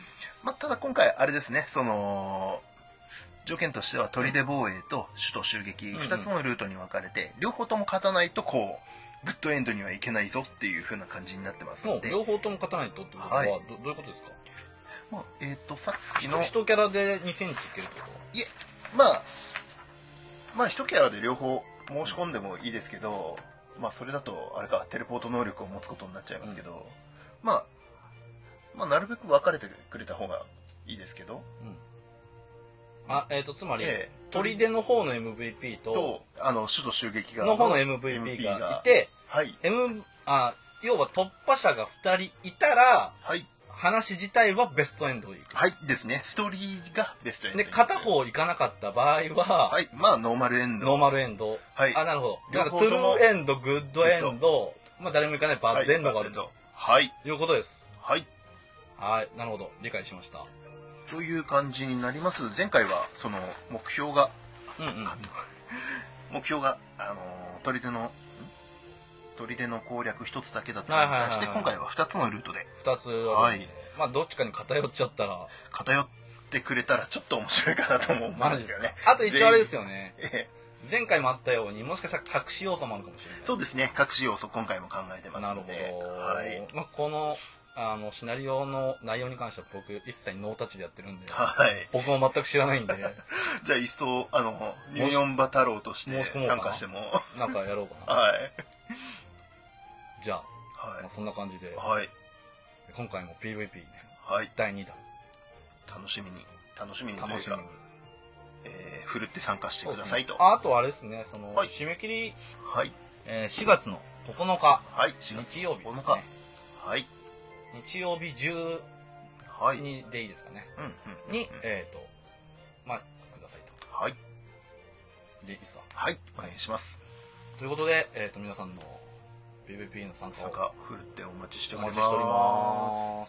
まあ、ただ今回あれですね、その条件としては砦防衛と首都襲撃ふたつのルートに分かれて、両方とも勝たないとこうグッドエンドにはいけないぞっていう風な感じになってますので、 両方とも勝たないとってことは、はい、ど, どういうことですか？ まあ、えっ、ー、とさっきの一キャラでにセンチいけるってこと？ いえ、まあまあ一キャラで両方申し込んでもいいですけど、まあそれだとあれかテレポート能力を持つことになっちゃいますけど、うん、まあまあなるべく分かれてくれた方がいいですけど、うん、 あえっ、ー、とつまり、えー、砦の方の エムブイピー と, とあの首都襲撃側の方の エムブイピー がいて、 はい、 M、あ要は突破者がふたりいたら、 はい、 話自体はベストエンドでいく。 はいですね。ストーリーがベストエンドで片方いかなかった場合は、 はい、まあノーマルエンド。 ノーマルエンド。 はい。 あ、なるほど。だからトゥルーエンド、グッドエンド、まあ誰もいかないバッドエンドがあると。 はい。 いうことです。 はい。 はい、なるほど。理解しました。 という感じになります。前回はその目標が、 うんうん、 目標があの砦の砦の攻略一つだけだったのに対して、今回は二つのルートで。 二つ、はい。まあどっちかに偏っちゃったら偏ってくれたらちょっと面白いかなと思うんですよね。 あと一応あれですよね。前回もあったようにもしかしたら隠し要素もあるかもしれない。 そうですね。隠し要素今回も考えてますので。 なるほど。 はい。 まあこのあのシナリオの内容に関しては僕一切ノータッチでやってるんで、 はい、 僕も全く知らないんでじゃあ一層あのニューヨンバ太郎として参加してもなんかやろうかな。 はいじゃあ、はいまあ、そんな感じで、 はい、 今回も ピーブイピー ね、 はい、 だいにだん楽しみに楽しみに楽しみに、えー、ふるって参加してくださいと。 ね、あ, あとあれですね、その、はい、締め切り、 はいえー、しがつのとこのか、 はい、 日曜日ですね。 はい、 日曜日じゅうにでいいですかね、 うんうんうん、 に、えっ、ー、とまあくださいと。 はい、 でいいですか？ はい、お願いします。 ということで、えー、と皆さんの ピーブイピー の参加を参加ふるってお待ちしております。 お待ちしております。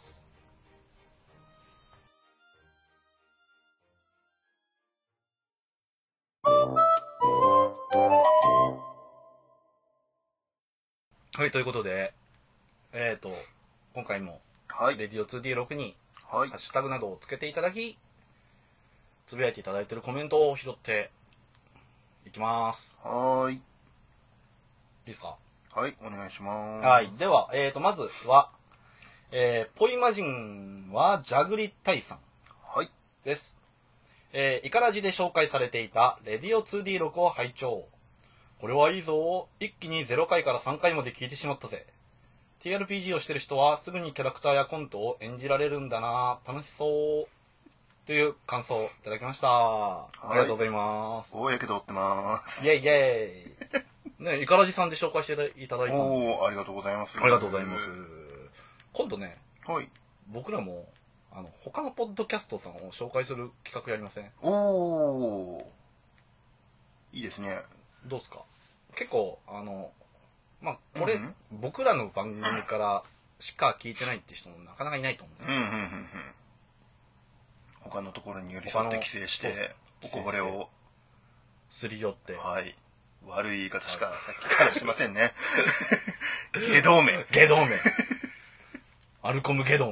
はい、ということで、えっ、ー、と今回も、 はい、 レディオ ツーディーろく に、 はい、 ハッシュタグなどをつけていただき、つぶやいていただいているコメントを拾っていきます。 はい。いいですか？ はい、お願いします。 はい。では、えーと、まずは、えー、ポイマジンはジャグリタイさん。 はい。 です。えー、イカラジで紹介されていたレディオ ツーディーろく を拝聴。これはいいぞ。一気にゼロかいからさんかいまで聞いてしまったぜ。ティーアールピージー をしてる人はすぐにキャラクターやコントを演じられるんだな。楽しそう。という感想をいただきました。ありがとうございます。 おー、やけど負ってます。 イェイイェイ。ね、イカラジさんで紹介していただいたの。 おー、ありがとうございます。 ありがとうございます。今度ね、 はい、 僕らもあの他のポッドキャストさんを紹介する企画やりません？ おー、いいですね。 どうですか？結構あのまあこれ、うん、僕らの番組からしか聞いてないって人もなかなかいないと思うんですよ。 うんうんうんうん、他のところに寄り添って規制しておこぼれをすり寄って、 はい、悪い言い方しかさっきからしませんね。ゲドウメゲドウメマルコムゲドウメ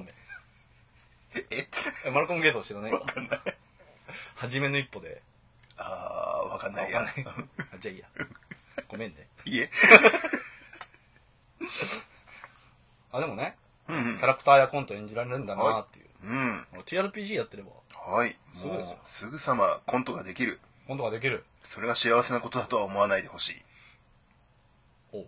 えマルコムゲドウ知らない？ わかんない。 初めの一歩で。 ああ、わかんないや。 あじゃあいいや。ごめんね。 いえ。 あ、でもね、 うんうん、 キャラクターやコント演じられるんだなっていう。 はい、うん。 ティーアールピージー やってれば。 はい。 すぐですよ。 すぐさまコントができる。 コントができる。 それが幸せなことだとは思わないでほしい。 お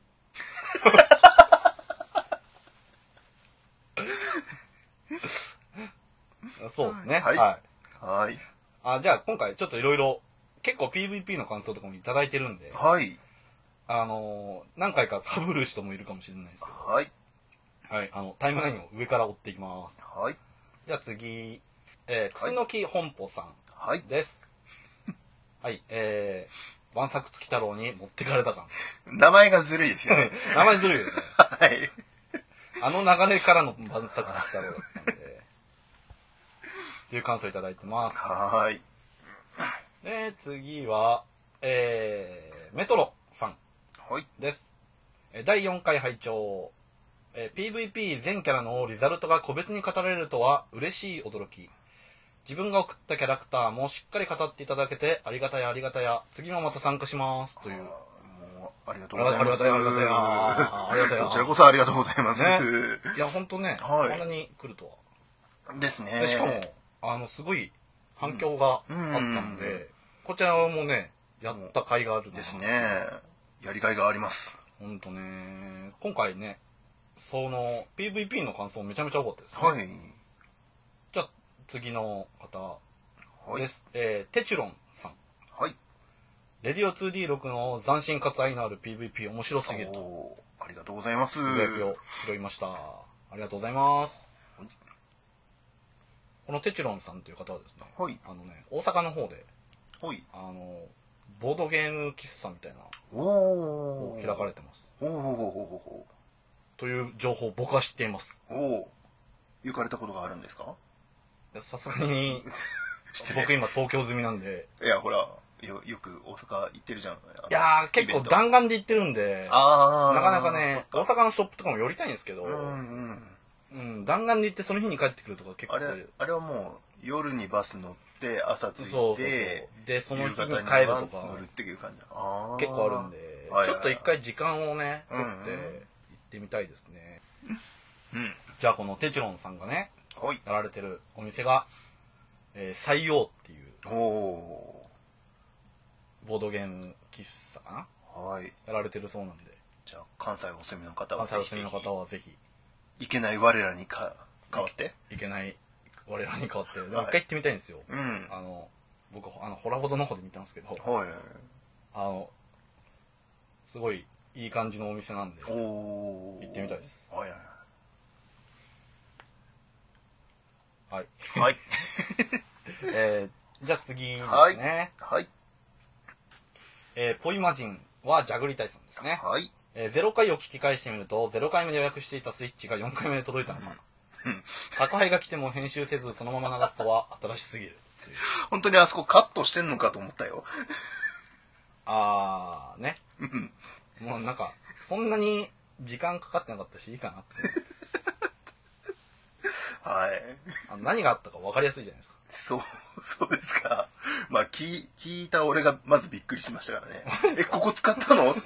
そうですね。 はい。 はい。 はい。 あ、じゃあ今回ちょっといろいろ結構 ピーブイピー の感想とかもいただいてるんで。 はい。 あのー、何回か被る人もいるかもしれないですけど。 はい。 はい。あの、タイムラインを上から追っていきます。 はい。 じゃあ次、えー、くすのき本舗さんです。はい。はい、えー、万作月太郎に持ってかれた感。 名前がずるいですよね。 名前ずるいよね。 はい。 あの流れからの万作月太郎だったんで。という感想いただいてます。 はい。 で、次は、えー、メトロさんです。 はい。 だいよんかい拝聴、 えー、ピーブイピー 全キャラのリザルトが個別に語られるとは嬉しい驚き。自分が送ったキャラクターもしっかり語っていただけてありがたやありがたや。次もまた参加しますという。 ありがとうございます。 ありがたいありがたいありがたい。 こちらこそありがとうございます。 ね、いや本当ね、はい、こんなに来るとは。ですね。 でしかもあのすごい反響があったので、うん、こちらもねやった甲斐があるですね。やりがいがあります。 本当ね。今回ね、その ピーブイピー の感想めちゃめちゃ多かったですね。 はい。 じゃあ次の方です。はい、えー、テチュロンさん。 はい。 レディオ ツーディーろく の斬新かつ愛のある ピーブイピー 面白すぎると。 ありがとうございます。 つぶやきを拾いました。ありがとうございます。はい、このテチュロンさんという方はですね、 はい、 あのね、大阪の方で、 はい、 あのボードゲーム喫茶みたいなを開かれてます。 おおという情報を僕は知っています。 おお。行かれたことがあるんですか？ さすがに僕今東京済みなんで。 いやほら。よ, よく大阪行ってるじゃん。いやー結構弾丸で行ってるんで、 あなかなかね大阪のショップとかも寄りたいんですけど、 うん、 うん、弾丸で行ってその日に帰ってくるとか結構あれあれはもう夜にバス乗って朝着いて、 そうそうそうでその日に帰るとか乗るっていう感じ。 あ結構あるんで、はいはいはい、ちょっと一回時間をね取って行ってみたいですね。 うんうん、 じゃあこのテチュロンさんがね、 はい、 やられてるお店が、えー、採用っていうおボードゲーム喫茶かな、はい、 やられてるそうなんで、 じゃあ関西お住みの方は関西お住みの方はぜひいけない我らにか変わっていけない我らに変わってもう一回行ってみたいんですよ。 うん、 あの僕あのホラボドの方で見たんですけど、 はい、 あのすごいいい感じのお店なんでお行ってみたいです。 はいはい、 はいえー、じゃあ次ですね。 はい、はい、 えー、ポイマジンはジャグリタイさんですね。 はい。 えー、ゼロかいを聞き返してみると、ゼロかいめで予約していたスイッチがよんかいめで届いたのかな。宅配が来ても編集せずそのまま流すとは新しすぎる。 本当にあそこカットしてんのかと思ったよ。 あー、ね。もうなんか、そんなに時間かかってなかったし、いいかなって。 はい。 あの何があったか分かりやすいじゃないですか。 そう、そうですか。まあ、聞, 聞いた俺がまずびっくりしましたからね。え、ここ使ったのって。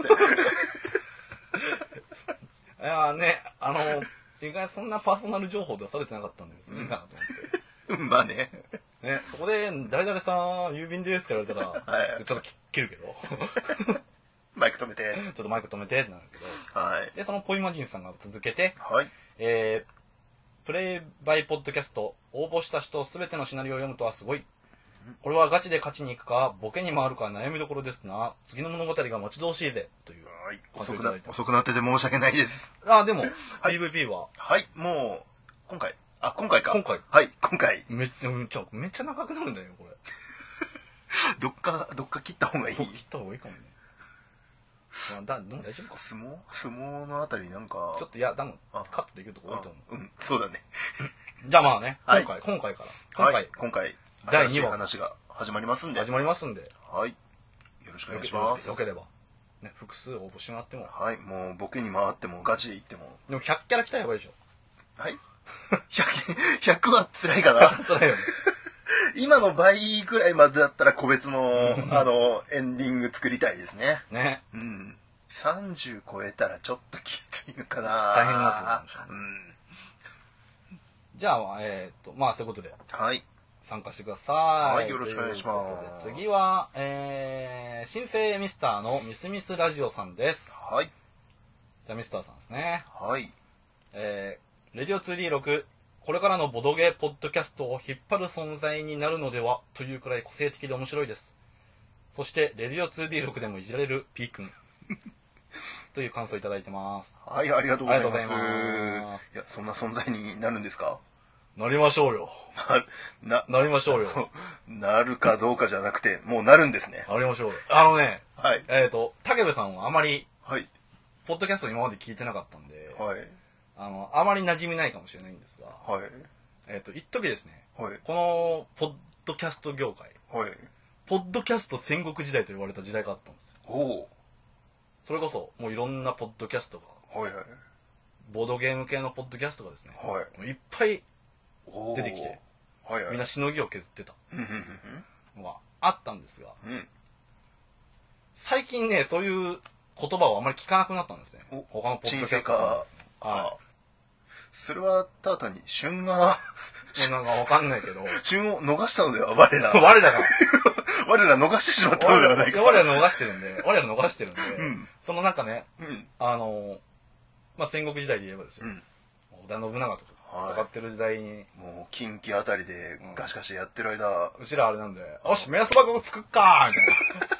いやね、あの、意外にそんなパーソナル情報出されてなかったんです、いいかなと思って。 まあね。 ね、そこで、誰々さん、郵便ですって言われたら、はい、ちょっと切るけど。 マイク止めて。 ちょっとマイク止めてってなるけど。 はい。 で、そのポイマジンさんが続けて、 はい。 えー、プレイバイポッドキャスト、応募した人すべてのシナリオを読むとはすごい。これはガチで勝ちに行くか、ボケに回るか悩みどころですな。次の物語が待ち遠しいぜ。という。 はい。遅くな、遅くなってて申し訳ないです。 あ、でも、はい、ピーブイピー ははい、もう、今回。あ、今回か。 今回。 はい、今回。 めっちゃ、めっちゃ、めっちゃ長くなるんだよ、これ。 どっか、どっか切った方がいい。 切った方がいいかもね。だ、でも大丈夫か。 相撲相撲のあたりなんか。 ちょっと、いや、多分カットできるとこ多いと思う。うん、そうだね。 じゃあまあね、今回、今回から。 今回、今回、だいにわ話が始まりますんで。 始まりますんで。 はい。よろしくお願いします。 よければ。ね、複数応募してもらっても。 はい、もうボケに回ってもガチでいっても。 でもひゃくキャラ来たらやばいでしょ。 はい。ひゃく、ひゃくは辛いかな。 辛いよね。 今の倍ぐらいまでだったら個別の、あの、エンディング作りたいですね。 ね。 うん。さんじゅう超えたらちょっときついのかな。 大変になってくるかもしれない。 うん。 じゃあ、えっと、まあそういうことで。 はい。 参加してください。 はい、よろしくお願いします。 次は、えー、新生ミスターのミスミスラジオさんです。 はい。 じゃあミスターさんですね。 はい。 えー、レディオ ツーディーろく、これからのボドゲポッドキャストを引っ張る存在になるのではというくらい個性的で面白いです。そして、レディオ ツーディーろく でもいじられる P 君。という感想いただいてます。 はい、ありがとうございます。 ありがとうございます。 いや、そんな存在になるんですか？ なりましょうよ。 な、 なりましょうよ。 なるかどうかじゃなくて、もうなるんですね。 なりましょうよ。あのね、 はい。 えっと、武部さんはあまり、 はい。 ポッドキャスト今まで聞いてなかったんで、 はい。 あの、あまり馴染みないかもしれないんですが、 はい。 えっと、一時ですね、 はい。 この、ポッドキャスト業界、 はい。 ポッドキャスト戦国時代と言われた時代があったんですよ。 おお。 それこそ、もういろんなポッドキャストが、 はいはい。 ボードゲーム系のポッドキャストがですね、はい、いっぱい出てきて、はいはい、みんなしのぎを削ってたのがあったんですが、うん、最近ねそういう言葉をあまり聞かなくなったんですね。他のポッドキャストが、 はい、それはただ単に旬がなんかわかんないけど旬を逃したのでは我ら我らが我ら逃してしまったのではないか。 我ら逃してるんで我ら逃してるんで、うん、そのなんかね、うん、あのまあ戦国時代で言えばですよ、うん、織田信長とか戦ってる時代に、はい、 もう近畿あたりでガシガシやってる間、 うん、うちらあれなんでよし目安箱を作っかーみたい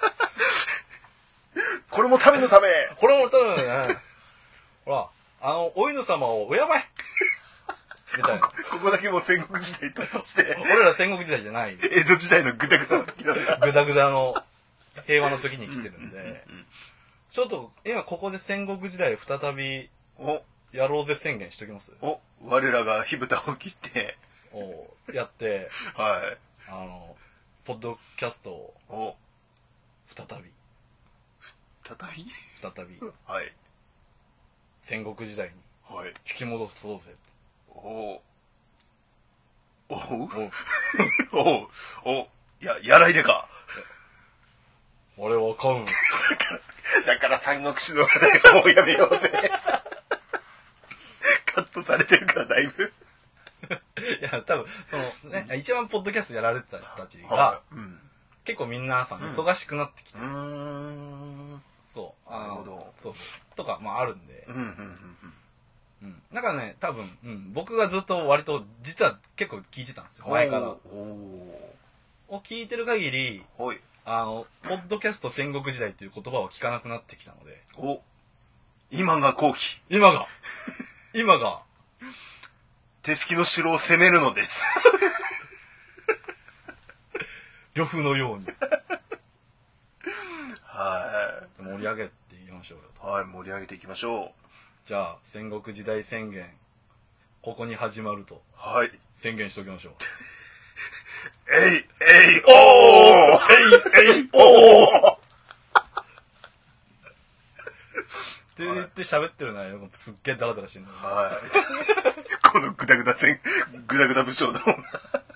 なこれも民のためこれも民のためねほらあのお犬様を敬えみたいなここだけも戦国時代として俺ら戦国時代じゃない江戸時代のグダグダの時なんだグダグダの平和の時に来てるんでちょっと今ここで戦国時代再びやろうぜ宣言しときます。 お我らが火蓋を切っておやってはいあのポッドキャストを再び再び再びはい戦国時代に引き戻そうぜ。 おおおおおいややらいでか俺は買うんだからだから三国志の話題はもうやめようぜカットされてるからだいぶいや多分そのね、うん、一番ポッドキャストやられてた人たちが、うん、結構皆さん忙しくなってきて、うん、そうなるほどそうとかまああるんで、うんうんうんうん、だからね多分、うん、僕がずっと割と実は結構聞いてたんですよ前からを聞いてる限りあのポッドキャスト戦国時代っていう言葉を聞かなくなってきたのでお今が後期今が今が手すきの城を攻めるのです呂布のようにはい盛り上げていきましょうよとはい盛り上げていきましょう。 じゃあ戦国時代宣言ここに始まるとはい宣言しておきましょうえいえいおーえいえいおーって言って喋ってるのはすっげえダラダラしてるのはいこのグダグダ戦グダグダ武将だもんな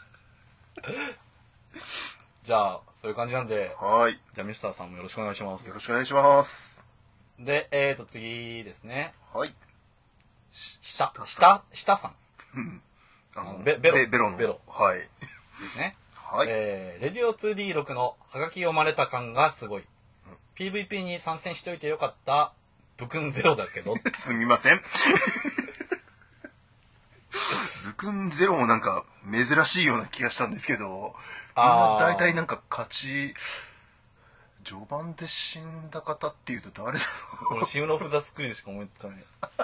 じゃあそういう感じなんではいじゃあミスターさんもよろしくお願いします。 よろしくお願いします。 で、えーと、次ですね。 はい。 下、下、下さん。 うん。 あの、ベベロ。 ベロの。 ベロ。 はい。 ですね。 はい。 えー、レディオ ツーディーろく のハガキ読まれた感がすごい。うん、ピーブイピー に参戦しといてよかった、ブクンゼロだけど。 すみません。ブクンゼロもなんか珍しいような気がしたんですけど、みんな大体なんか勝ち、序盤で死んだ方っていうと誰だろう。 俺シムロフ・ザ・スクリルしか思いつかない。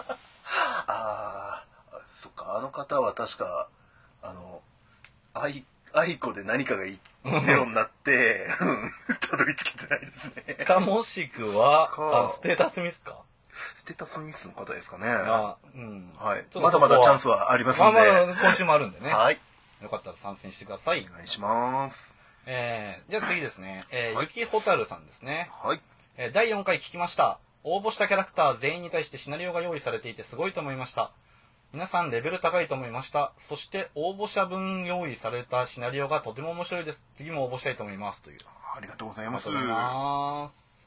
ああ、そっか、あの方は確かあの愛愛子で何かがゼロになってたどり着けてないですね。 かもしくはあステータスミスか。 ステータスミスの方ですかね。 あ、うん、 はい。まだまだチャンスはありますので。 まあまあ今週もあるんでね。 はい。 よかったら参戦してください。 お願いします。 えー、じゃあ次ですね、えーはい、ゆきほたるさんですね。 はい。 えー、だいよんかい聞きました。応募したキャラクター全員に対してシナリオが用意されていてすごいと思いました。皆さんレベル高いと思いました。そして応募者分用意されたシナリオがとても面白いです。次も応募したいと思いますという。 ありがとうございます。 ありがとうございます。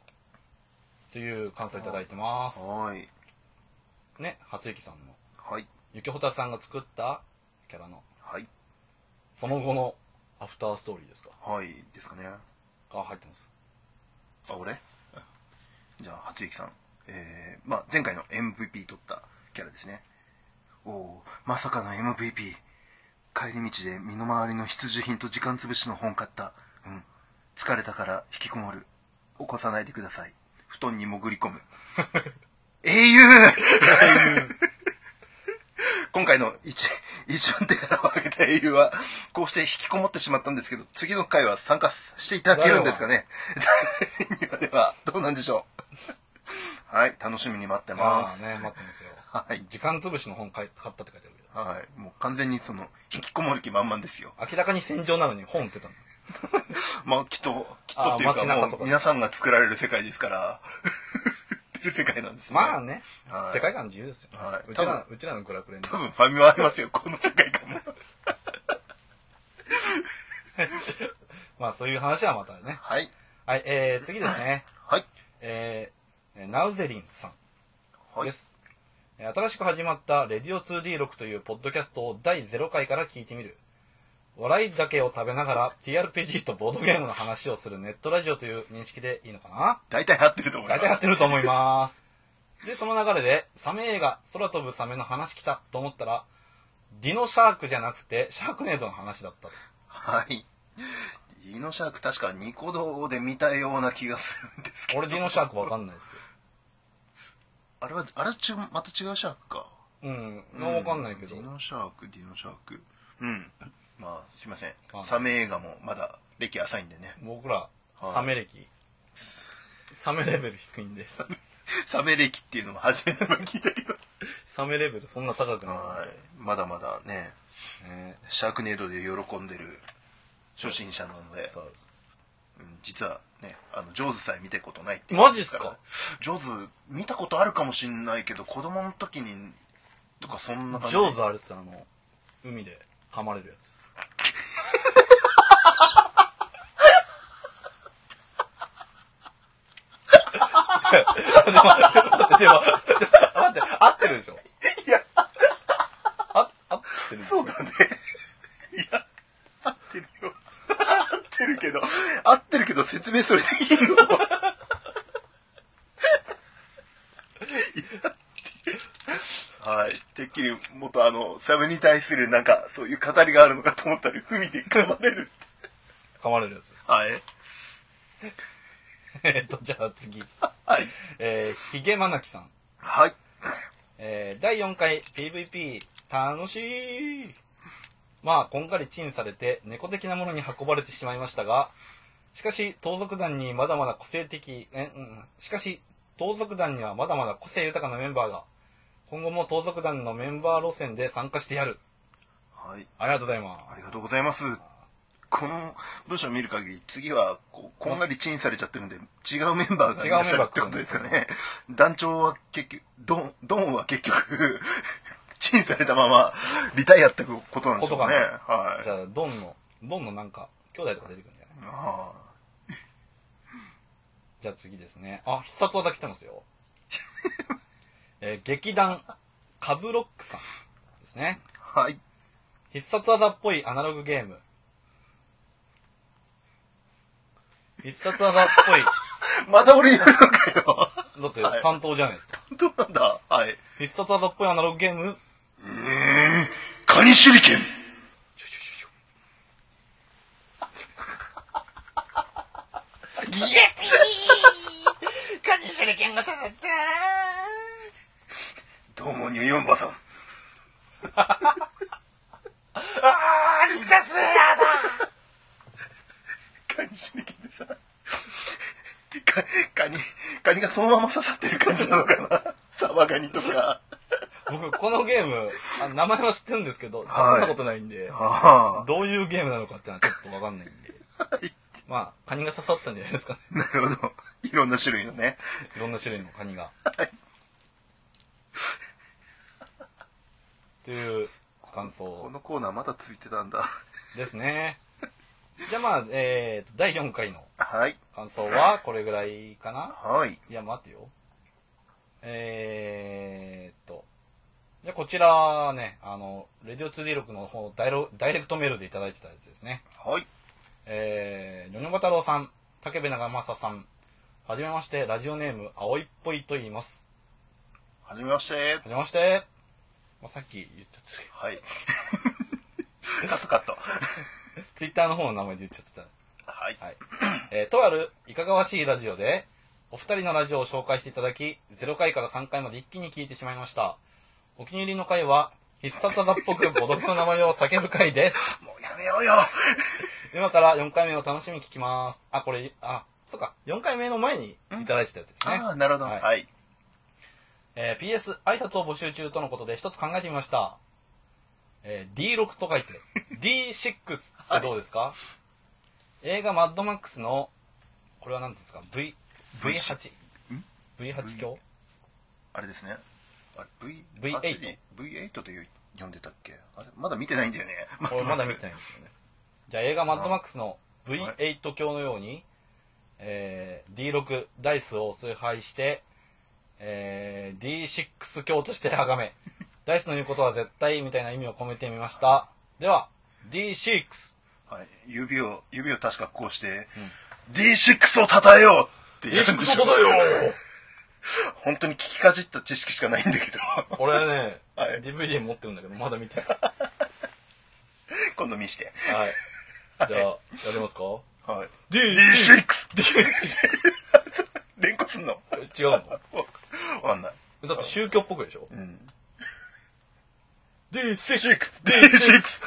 という感想いただいてます。 はい。 ね、初雪さんの。 はい。 ゆきほたるさんが作ったキャラの。 はい。 その後のアフターストーリーですか。 はいですかね。 が入ってます。 あ、俺じゃあ初雪さん、えー、まあ前回の エムブイピー 取ったキャラですね。おお、まさかの エムブイピー。 帰り道で身の回りの必需品と時間つぶしの本買った。うん、疲れたから引きこもる。起こさないでください。布団に潜り込む英雄今回の 一, 一番手柄を挙げた英雄はこうして引きこもってしまったんですけど、次の回は参加していただけるんですかね。ではどうなんでしょう。はい、楽しみに待ってます。 あね、待ってますよ。 はい、 時間つぶしの本買ったって書いてあるけど、はい、もう完全にその引きこもる気満々ですよ。 明らかに戦場なのに本売ってたんだ。 まあきっときっとっていうかもう皆さんが作られる世界ですからってる世界なんですね。 まあね、 はい、 世界観自由ですよ、はい、うちらうちらのクラクレン多分ファミマありますよ、この世界観も。 まあそういう話はまたね。 はい。 はい、えー、次ですね。 はい。 えー、ナウゼリンさんです。 はい、 新しく始まったレディオ ツーディーろく というポッドキャストをだいゼロかいから聞いてみる。笑いだけを食べながら ティーアールピージー とボードゲームの話をするネットラジオという認識でいいのかな。 大体合ってると思います。 大体合ってると思います。で、その流れで、サメ映画、空飛ぶサメの話来たと思ったら、ディノシャークじゃなくて、シャークネードの話だったと。 はい。ディノシャーク確かニコ動で見たような気がするんですけど。 俺ディノシャークわかんないですよ。 あれは、あれはちまた違うシャークか。 うん、わかんないけど。 ディノシャーク、ディノシャーク。うん。まあ、すいません。サメ映画もまだ歴浅いんでね。 僕ら、サメ歴、サメレベル低いんで。 サメ歴っていうのも初めて聞いたけど。 サメレベルそんな高くない。 はい。まだまだね、ねシャークネードで喜んでる初心者なので、そうです、うん、実はね、あの、ジョーズさえ見たことないっていう。 マジっすか？ ジョーズ見たことあるかもしんないけど、子供の時に、とかそんな感じ。 ジョーズあれっす、あの、海で噛まれるやつ。でも、待って、合ってるでしょ？ いや、 あ、合ってる。 そうだね。いや、合ってるよ。合ってるけど、合ってるけど説明それでいいの？はい。てっきりもっとあの、サメに対するなんか、そういう語りがあるのかと思ったら、海で噛まれる。 噛まれるやつです。 はい。 えっと、じゃあ次。 はい。 えー、ひげまなきさん。 はい。 えー、だいよんかい ピーブイピー、楽しい。まあ、こんがりチンされて、猫的なものに運ばれてしまいましたが、しかし、盗賊団にまだまだ個性的、え、うん、しかし、盗賊団にはまだまだ個性豊かなメンバーが、今後も盗賊団のメンバー路線で参加してやる。 はい。 ありがとうございます。 ありがとうございます。この文章を見る限り、次はこうこんがりチンされちゃってるんで、違うメンバーがいらっしゃるってことですかね。団長は結局、ドン、ドンは結局、チンされたままリタイアってことなんでしょうね。はい。 じゃあ、ドンの、ドンのなんか、兄弟とか出てくるんじゃない？ああ。じゃあ次ですね。あ、必殺技来てますよ。えー、劇団、カブロックさんですね。 はい。 必殺技っぽいアナログゲーム。必殺技っぽい。 また俺やるのかよ。 だって担当じゃないですか。 担当なんだ。はい。 必殺技っぽいアナログゲーム。 うーん。カニ手裏剣。 イエティーカニ手裏剣が刺さった。 どうもニュヨンバさん。 あー、忍者スレイヤーだ。 カニ手裏剣でさ、かカニ、カニがそのまま刺さってる感じなのかな。サバガニとか。 僕、このゲーム、あ名前は知ってるんですけど、はい、遊んだことないんで、どういうゲームなのかってのはちょっとわかんないんで。はい、まあ、カニが刺さったんじゃないですかね。 なるほど。いろんな種類のね。 いろんな種類のカニが。 はい。 という感想。 このコーナーまだついてたんだ。 ですね。じゃあまあ、えーと、だいよんかいの感想はこれぐらいかな？ はい。 いや、待ってよ。えーと、じゃあこちらね、あの、レディオ ツーディーろく の方ダイロ、ダイレクトメールでいただいてたやつですね。 はい。 えー、ニョニョバ太郎さん、竹部長政さん、はじめまして、ラジオネーム、青いっぽいと言います。 はじめまして。 はじめまして。まあ、さっき言っちゃってた。はい。カットカット。 ツイッターの方の名前で言っちゃってた。 はい。 はい。えー、とあるいかがわしいラジオで、お二人のラジオを紹介していただき、ゼロかいからさんかいまで一気に聞いてしまいました。お気に入りの回は、必殺技っぽくボドゲの名前を叫ぶ回です。 もうやめようよ。 今からよんかいめを楽しみに聞きます。あ、これ、あ、そうか、よんかいめの前にいただいてたやつですね。 ああ、なるほど。はい。はい、 えー、ピーエス、挨拶を募集中とのことで一つ考えてみました。えー、ディーろく と書いて、ディーシックス ってどうですか？はい、映画マッドマックスの、これは何ですか？V、ブイエイト？ブイエイト 鏡？ あれですね。あれ V ブイエイトブイエイト という呼んでたっけ？あれまだ見てないんだよね。 これまだ見てないんですよね。じゃあ映画マッドマックスの ブイエイト 鏡のように、えー、ディーシックス ダイスを崇拝して、えー、ディーシックス 鏡として崇め、ダイスの言うことは絶対みたいな意味を込めてみました。では ディーシックス、 はい、指を指を確かこうして、うん、ディーシックス を称えようって言うんでしょ。 ディーシックス を称えよう本当に聞きかじった知識しかないんだけど。 俺ね、はい、ディーブイディー 持ってるんだけどまだ見てない。 今度見して。 はい。じゃあやりますか。 はい。 ディーシックス。連呼すんの？ 違うの？わかんない。 だって宗教っぽくでしょ。うん。ディーシックス。 ディーシックス。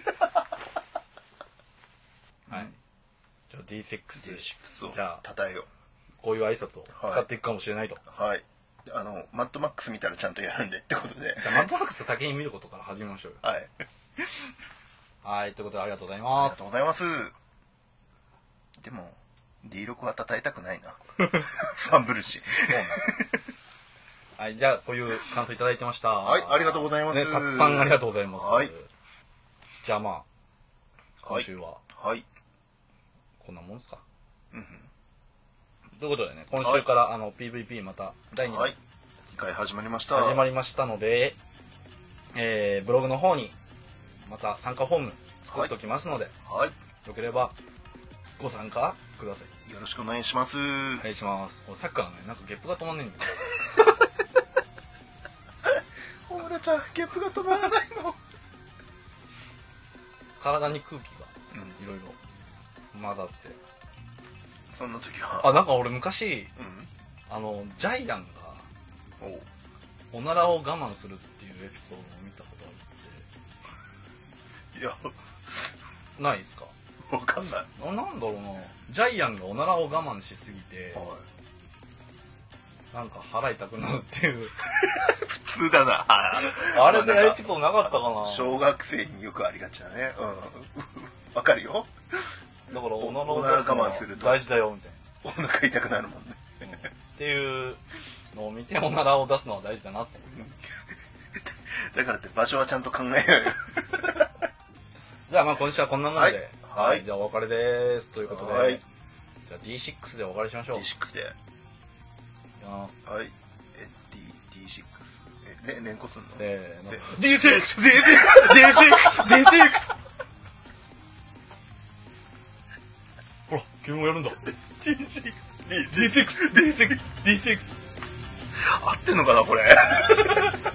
はい。じゃあ ディーシックス。 ディーシックスをじゃあ称えよう。 こういう挨拶を使っていくかもしれないと。 はい。はい、あのマッドマックス見たらちゃんとやるんでってことで。 じゃあマッドマックス先に見ることから始めましょうよ。 はい。 はい、ということでありがとうございます。 ありがとうございます。でも ディーシックス は称えたくないな。ファンブルし。 はい、じゃあこういう感想いただいてました。 はい、ありがとうございます。 ね、たくさんありがとうございます。はい。じゃあまあ今週ははい。 こんなもんですか。 うん。 ということでね、今週から、はい、あの ピーブイピー まただいにだい、はい、 にかい始まりました。 始まりましたので、えー、ブログの方にまた参加フォーム作っておきますので、 はい、 よければご参加ください。 よろしくお願いします。 お願いします。さっきからね、なんかゲップが止まんねえんだよ。 小村ちゃん、ゲップが止まらないの。 体に空気がいろいろ混ざって。 そんな時はあ、なんか俺昔、うん、あのジャイアンがおならを我慢するっていうエピソードを見たことあるって。 いやないですか。 わかんない。 あ、なんだろうな、ジャイアンがおならを我慢しすぎて、はい、なんか腹痛くなるっていう普通だな。 あれでエピソードなかったかな。 小学生によくありがちだね。うん、わかるよ。 だからおならを我慢すると大事だよみたいな。お腹痛くなるもんね、 うん、っていうのを見ておならを出すのは大事だなって思う。 だからって場所はちゃんと考えようよ。 じゃあまあ今週はこんなもので、 はい、はい、 じゃあお別れですということで、はい、じゃあ ディーシックス でお別れしましょう。 ディーシックス で。いやはい。え D ディーシックス え連呼すんの？ せーの。 ディーシックス ディーシックス ディーシックス ディーシックスほら、君もやるんだ。 ディーシックスディーシックス ディーシックス ディーシックス合ってんのかなこれ。